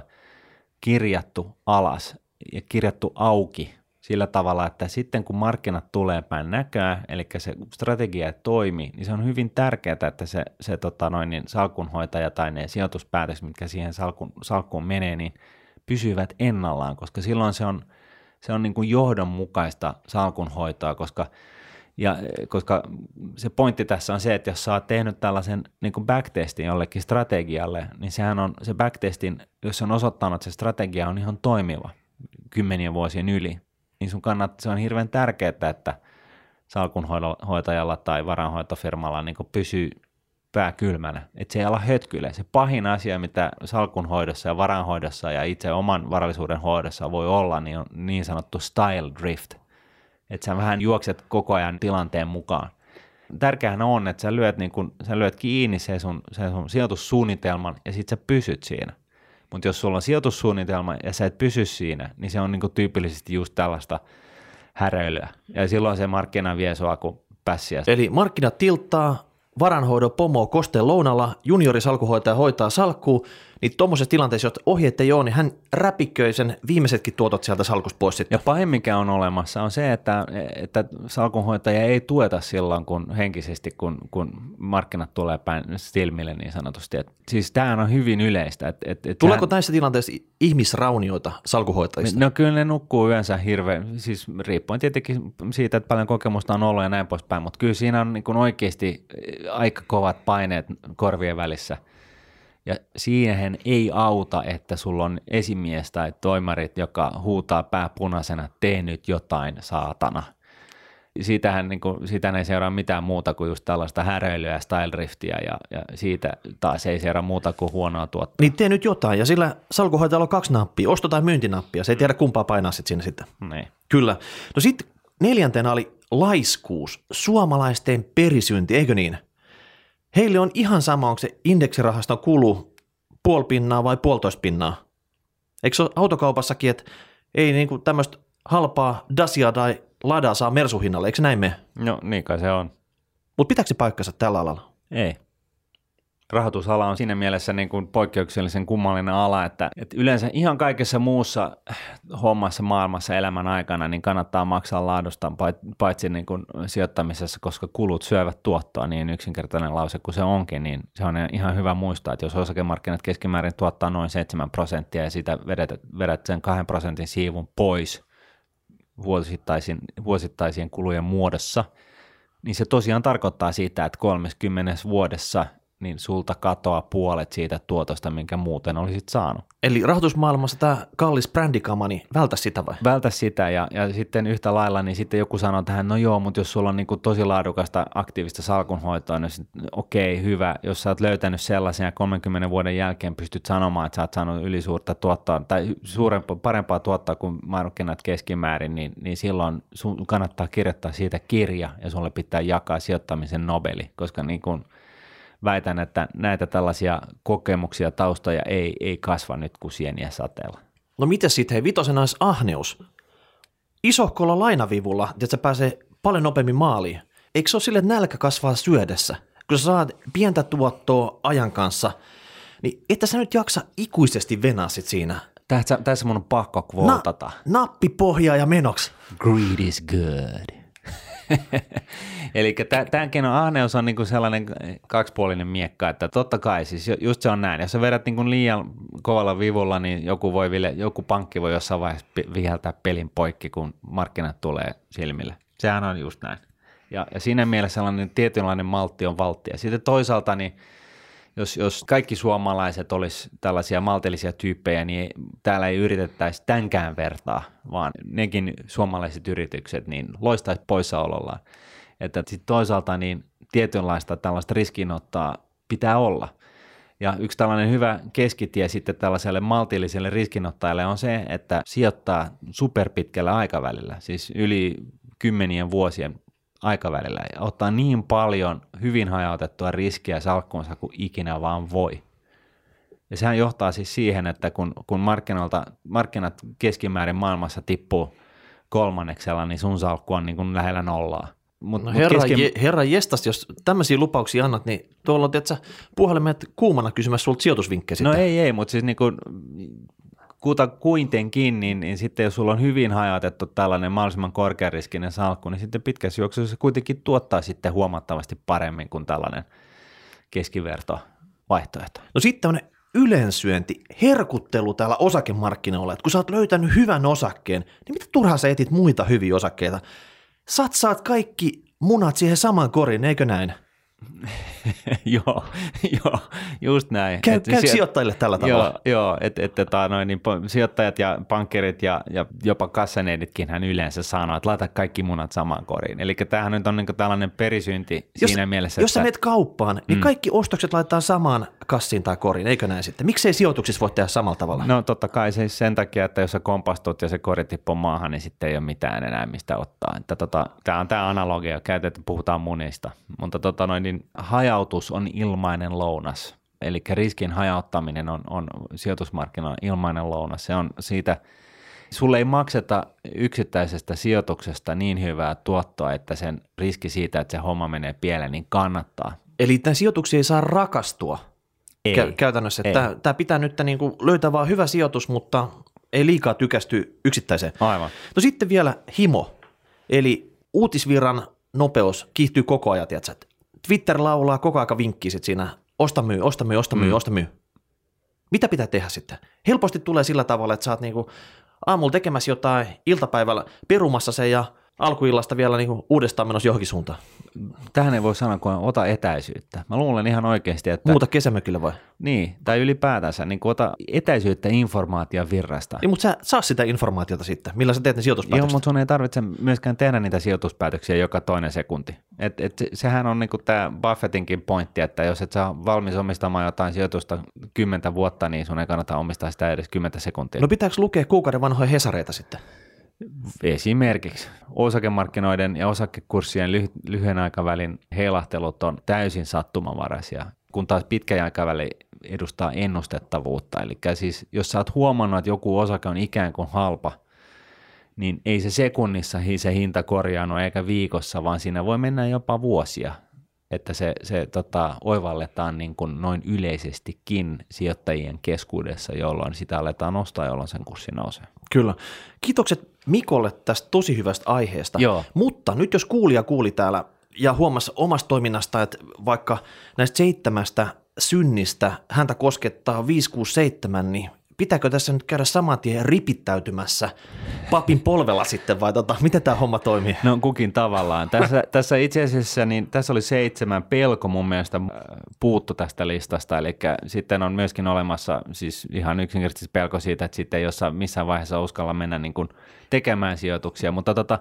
kirjattu alas ja kirjattu auki sillä tavalla, että sitten kun markkinat tulee päin näköä, eli se strategia ei toimi, niin se on hyvin tärkeää, että se, se tota noin, niin salkunhoitaja tai ne sijoituspäätökset, mitkä siihen salkun, salkkuun menee, niin pysyvät ennallaan, koska silloin se on, se on niin kuin johdonmukaista salkunhoitoa, koska Ja koska se pointti tässä on se, että jos sä oot tehnyt tällaisen niin kuin backtestin jollekin strategialle, niin sehän on se backtestin, jos se on osoittanut, että se strategia on ihan toimiva kymmenien vuosien yli, niin sun kannattaa, se on hirveän tärkeää, että salkunhoitajalla tai varainhoitofirmalla niin kuin pysyy pää kylmänä, että se ei ala hötkyle. Se pahin asia, mitä salkunhoidossa ja varainhoidossa ja itse oman varallisuuden hoidossa voi olla, niin on niin sanottu style drift. Että sä vähän juokset koko ajan tilanteen mukaan. Tärkeähän on, että sä lyöt, niin kun, sä lyöt kiinni se sun, se sun sijoitussuunnitelman ja sit sä pysyt siinä. Mutta jos sulla on sijoitussuunnitelma ja sä et pysy siinä, niin se on niin kun tyypillisesti just tällaista häröilyä. Ja silloin se markkina vie sua kuin pässiä. Eli markkinat tilttaa, varanhoidon pomo kosteen lounalla, juniorisalkuhoitaja hoitaa salkkuu, Niin tuommoisessa tilanteessa, jos ohjeet ei ole, niin hän räpiköi sen viimeisetkin tuotot sieltä salkusta pois sitten. Ja pahin mikä on olemassa on se, että, että salkunhoitaja ei tueta silloin kun henkisesti, kun, kun markkinat tulee päin silmille niin sanotusti. Et, siis tämähän on hyvin yleistä. Et, et, et Tuleeko hän... näissä tilanteissa ihmisraunioita salkunhoitajista? No kyllä ne nukkuu yönsä hirveän, siis riippuen tietenkin siitä, että paljon kokemusta on ollut ja näin poispäin, mutta kyllä siinä on niin kuin oikeasti aika kovat paineet korvien välissä. Ja siihen ei auta, että sulla on esimies tai toimarit, joka huutaa pääpunaisena, tee nyt jotain, saatana. Siitähän niin kuin, siitä ei seuraa mitään muuta kuin just tällaista häröilyä ja style-driftiä ja, ja siitä taas ei seuraa muuta kuin huonoa tuottaa. Niin tee nyt jotain ja sillä salkunhoitajalla on kaksi nappia, osto- tai myyntinappia, se ei tiedä kumpaa painaa sitten sinne sitten. Niin. Kyllä. No sitten neljäntenä oli laiskuus, suomalaisten perisynti, eikö niin? Heille on ihan sama, onko se indeksirahaston kulu puoli pinnaa vai puolitoista pinnaa. Eikö se ole autokaupassakin, että ei niinku tämmöistä halpaa Dacia tai Ladaa saa Mersu-hinnalla, eikö se näin mene? No niin kai se on. Mutta pitääkö se paikkansa tällä alalla? Ei. Rahoitusala on siinä mielessä niin kuin poikkeuksellisen kummallinen ala, että, että yleensä ihan kaikessa muussa hommassa maailmassa elämän aikana niin kannattaa maksaa laadusta paitsi niin kuin sijoittamisessa, koska kulut syövät tuottoa, niin yksinkertainen lause kuin se onkin, niin se on ihan hyvä muistaa, että jos osakemarkkinat keskimäärin tuottaa noin seitsemän prosenttia ja sitä vedät, vedät sen kahden prosentin siivun pois vuosittaisien, vuosittaisien kulujen muodossa, niin se tosiaan tarkoittaa sitä, että kolmekymmentä vuodessa niin sulta katoaa puolet siitä tuotosta, minkä muuten olisit saanut. Eli rahoitusmaailmassa tämä kallis brändikama, niin vältä sitä vai? Vältä sitä ja, ja sitten yhtä lailla, niin sitten joku sanoo tähän, no joo, mutta jos sulla on niin kuin tosi laadukasta aktiivista salkunhoitoa, niin okei, okay, hyvä, jos sä oot löytänyt sellaisen ja kolmenkymmenen vuoden jälkeen pystyt sanomaan, että sä oot saanut ylisuurta tuottoa tai suurempaa, parempaa tuottoa kuin markkinat keskimäärin, niin, niin silloin sun kannattaa kirjoittaa siitä kirja ja sulle pitää jakaa sijoittamisen Nobeli, koska niin kuin väitän, että näitä tällaisia kokemuksia, taustoja ei, ei kasva nyt kuin sieniä sateella. No miten sitten, hei, vitosena olisi ahneus? Isohkolla lainavivulla, että se pääsee paljon nopeammin maaliin. Eikö se ole sille, että nälkä kasvaa syödessä? Kun sä saat pientä tuottoa ajan kanssa, niin että sä nyt jaksa ikuisesti venaa sit siinä. Tässä, tässä mun on pakko kvootata. Na, nappi pohjaa ja menoksi. Greed is good. Eli tämänkin on, ahneus on niinku sellainen kaksipuolinen miekka, että totta kai siis just se on näin. Jos sä vedät niinku liian kovalla vivulla, niin joku, voi, joku pankki voi jossain vaiheessa viheltää pelin poikki, kun markkinat tulee silmille. Sehän on just näin. Ja, ja siinä mielessä sellainen tietynlainen maltti on valttia. Sitten toisaalta niin Jos, jos kaikki suomalaiset olisi tällaisia maltillisia tyyppejä, niin täällä ei yritettäisi tämänkään vertaa, vaan nekin suomalaiset yritykset niin loistaisi poissaolollaan. Että sitten toisaalta niin tietynlaista tällaista riskinottaa pitää olla. Ja yksi tällainen hyvä keskitie sitten tällaiselle maltilliselle riskinottajalle on se, että sijoittaa superpitkällä aikavälillä, siis yli kymmenien vuosien aikavälillä ja ottaa niin paljon hyvin hajautettua riskiä salkkuunsa kuin ikinä vaan voi. Ja sehän johtaa siis siihen, että kun, kun markkinat keskimäärin maailmassa tippuu kolmanneksella, niin sun salkku on niin kuin lähellä nollaa. Mut, no mut herra, kesken... je, herra jestas, jos tämmöisiä lupauksia annat, niin tuolla on tietysti puhelimet kuumana kysymässä sulta sijoitusvinkkejä. No ei, ei, mutta siis niin kuin kuta kuitenkin, niin, niin sitten jos sulla on hyvin hajautettu tällainen mahdollisimman korkeariskinen salkku, niin sitten pitkässä juoksussa se kuitenkin tuottaa sitten huomattavasti paremmin kuin tällainen keskiverto vaihtoehto. No sitten tämmöinen yleensyönti, herkuttelu täällä osakemarkkinoilla, että kun sä oot löytänyt hyvän osakkeen, niin mitä turhaa sä etit muita hyviä osakkeita? Satsaat kaikki munat siihen samaan koriin, eikö näin? joo, joo, just näin. Käy, käy sijo- sijoittajille tällä tavalla? Joo, joo että et, et, noin, niin sijoittajat ja pankkirit ja, ja jopa kassaneiditkin hän yleensä sanoo, että laita kaikki munat samaan koriin. Eli tämähän nyt on niin tällainen perisynti jos, siinä mielessä. Jos että, sä menet kauppaan, niin mm. kaikki ostokset laitetaan samaan kassiin tai koriin, eikö näin sitten? Miksei sijoituksissa voi tehdä samalla tavalla? No totta kai se sen takia, että jos sä kompastut ja se kori tippuu maahan, niin sitten ei ole mitään enää mistä ottaa. Että tota, tämä on tämä analogia, käytetään, puhutaan munista, mutta tota noin, niin hajautus on ilmainen lounas. Eli riskin hajauttaminen on, on sijoitusmarkkinoilla ilmainen lounas. Se on siitä, sulle ei makseta yksittäisestä sijoituksesta niin hyvää tuottoa, että sen riski siitä, että se homma menee pieleen, niin kannattaa. Eli tämän sijoituksia ei saa rakastua? Ei. kä- käytännössä. Tämä pitää nyt niin kuin löytää vaan hyvä sijoitus, mutta ei liikaa tykästy yksittäiseen. Aivan. No sitten vielä himo, eli uutisvirran nopeus kiihtyy koko ajan, tiiätkö? Twitter laulaa koko ajan vinkkiä sit siinä, osta myy, osta myy, osta myy, mm. osta myy. Mitä pitää tehdä sitten? Helposti tulee sillä tavalla, että sä oot niinku aamulla tekemässä jotain, iltapäivällä perumassa sen ja alkuillasta vielä niinku uudestaan menossa johonkin suuntaan. Tähän ei voi sanoa, kun ota etäisyyttä. Mä luulen ihan oikeasti, että... Muuta kesämökillä vai? Niin, tai ylipäätänsä, niin ota etäisyyttä informaation virrasta. Niin, mutta sä saa sitä informaatiota sitten, millä sä teet ne sijoituspäätökset. Joo, mutta sun ei tarvitse myöskään tehdä niitä sijoituspäätöksiä joka toinen sekunti. Et, et sehän on niinku tämä Buffettinkin pointti, että jos et sä ole valmis omistamaan jotain sijoitusta kymmentä vuotta, niin sun ei kannata omistaa sitä edes kymmentä sekuntia. No pitääkö lukea kuukauden vanhoja hesareita sitten? Esimerkiksi osakemarkkinoiden ja osakekurssien lyhy- lyhyen aikavälin heilahtelut on täysin sattumanvaraisia, kun taas pitkä aikaväli edustaa ennustettavuutta. Eli siis jos sä oot huomannut, että joku osake on ikään kuin halpa, niin ei se sekunnissa se hinta korjaannu eikä viikossa, vaan siinä voi mennä jopa vuosia, että se, se tota, oivalletaan niin kuin noin yleisestikin sijoittajien keskuudessa, jolloin sitä aletaan nostaa, jolloin sen kurssi nousee. Kyllä. Kiitokset Mikolle tästä tosi hyvästä aiheesta. Joo. Mutta nyt jos kuulija kuuli täällä ja huomasi omasta toiminnasta, että vaikka näistä seitsemästä synnistä häntä koskettaa viisi, kuusi, seitsemän, niin pitääkö tässä nyt käydä saman tien ripittäytymässä papin polvella sitten vai tota, miten tämä homma toimii? No kukin tavallaan. Tässä, tässä itse asiassa niin tässä oli seitsemän pelko mun mielestä puuttu tästä listasta, eli sitten on myöskin olemassa siis ihan yksinkertaisesti pelko siitä, että sitten ei jossain missään vaiheessa uskalla mennä niin kuin tekemään sijoituksia, mutta tota,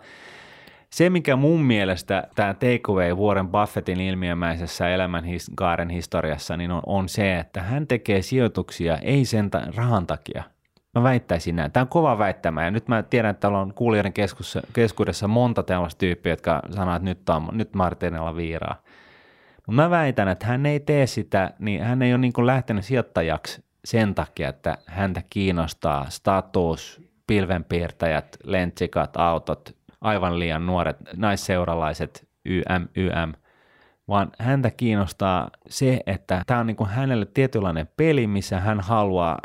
se, mikä mun mielestä tämä takeaway Warren Buffettin ilmiömäisessä elämänkaaren historiassa, niin on, on se, että hän tekee sijoituksia ei sen ta- rahan takia. Mä väittäisin näin. Tämä on kova väittämä ja nyt mä tiedän, että täällä on kuulijoiden keskus, keskuudessa monta tällaista tyyppiä, jotka sanoo, että nyt, on, nyt Martinella viiraa. Mutta mä väitän, että hän ei tee sitä, niin hän ei ole niin kuin lähtenyt sijoittajaksi sen takia, että häntä kiinnostaa status, pilvenpiirtäjät, lentsikat, autot, aivan liian nuoret naisseuralaiset ym, ym, vaan häntä kiinnostaa se, että tämä on niin kuin hänelle tietynlainen peli, missä hän haluaa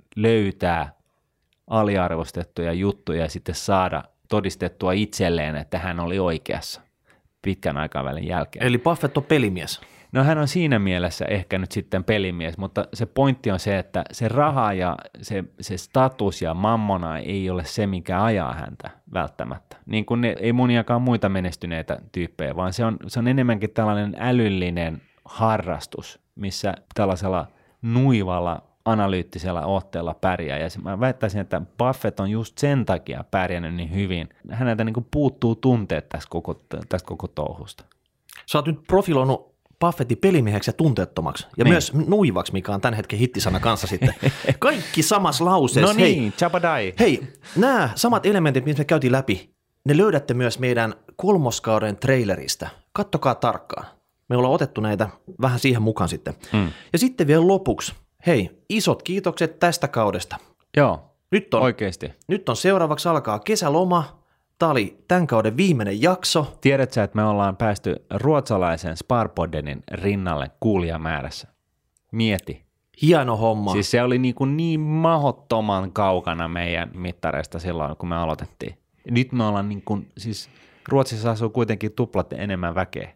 löytää aliarvostettuja juttuja ja sitten saada todistettua itselleen, että hän oli oikeassa pitkän aikavälin jälkeen. Eli Buffett on pelimies. No hän on siinä mielessä ehkä nyt sitten pelimies, mutta se pointti on se, että se raha ja se, se status ja mammona ei ole se, mikä ajaa häntä välttämättä. Niin kuin ne, ei moniakaan muita menestyneitä tyyppejä, vaan se on, se on enemmänkin tällainen älyllinen harrastus, missä tällaisella nuivalla analyyttisella otteella pärjää. Ja mä väittäisin, että Buffett on just sen takia pärjännyt niin hyvin. Häneltä niin kuin puuttuu tunteet tästä koko, tästä koko touhusta. Sä oot nyt profiloinut Buffettin pelimieheksi ja tunteettomaksi ja niin. Myös nuivaksi, mikä on tämän hetken hittisana kanssa sitten. Kaikki samassa lauseessa. No niin, chapadai. Hei, nämä samat elementit, mitä me käytiin läpi, ne löydätte myös meidän kolmoskauden trailerista. Kattokaa tarkkaan. Me ollaan otettu näitä vähän siihen mukaan sitten. Mm. Ja sitten vielä lopuksi, hei, isot kiitokset tästä kaudesta. Joo, nyt on, oikeasti. Nyt on seuraavaksi alkaa kesäloma. Tämä oli tämän kauden viimeinen jakso. Tiedätkö, että me ollaan päästy ruotsalaisen Sparpoddenin rinnalle kuulijamäärässä? Mieti. Hieno homma. Siis se oli niin, kuin niin mahdottoman kaukana meidän mittareista silloin, kun me aloitettiin. Nyt me ollaan niin kuin, siis Ruotsissa asuu kuitenkin tuplat enemmän väkeä.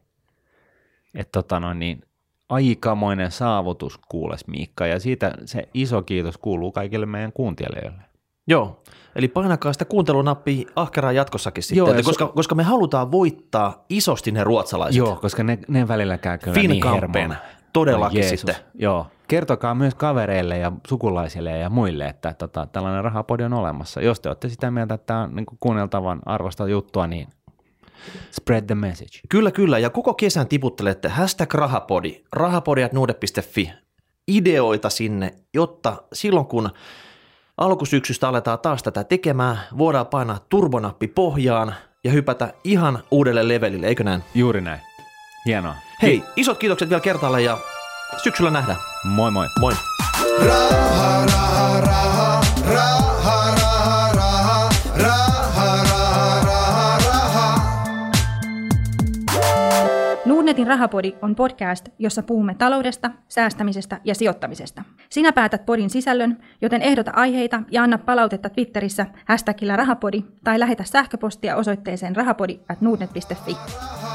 Että tota noin niin, aikamoinen saavutus kuules Miikka, ja siitä se iso kiitos kuuluu kaikille meidän kuuntelijoille. Joo, eli painakaa sitä kuuntelunappia ahkeraan jatkossakin sitten, Joo, koska, su- koska me halutaan voittaa isosti ne ruotsalaiset. Joo, koska ne, ne välillä käy kyllä niin hermoina. Todellakin no, sitten. Joo, kertokaa myös kavereille ja sukulaisille ja muille, että tota, tällainen rahapodi on olemassa. Jos te olette sitä mieltä, että tämä on niin kuin kuunneltavan arvosta juttua, niin spread the message. Kyllä, kyllä, ja koko kesän tiputtelette hashtag rahapodi, rahapodi at nuude piste fi, ideoita sinne, jotta silloin kun alkusyksystä aletaan taas tätä tekemään, voidaan painaa turbonappi pohjaan ja hypätä ihan uudelle levelille, eikö näin? Juuri näin. Hienoa. Hei, isot kiitokset vielä kertaalle ja syksyllä nähdään. Moi moi. Moi. Raha, raha, raha, raha, raha, raha, raha, raha, raha, raha. Nordnetin Nordnetin Rahapodi on podcast, jossa puhumme taloudesta, säästämisestä ja sijoittamisesta. Sinä päätät podin sisällön, joten ehdota aiheita ja anna palautetta Twitterissä hashtagillä rahapodi tai lähetä sähköpostia osoitteeseen rahapodi at nordnet piste fi.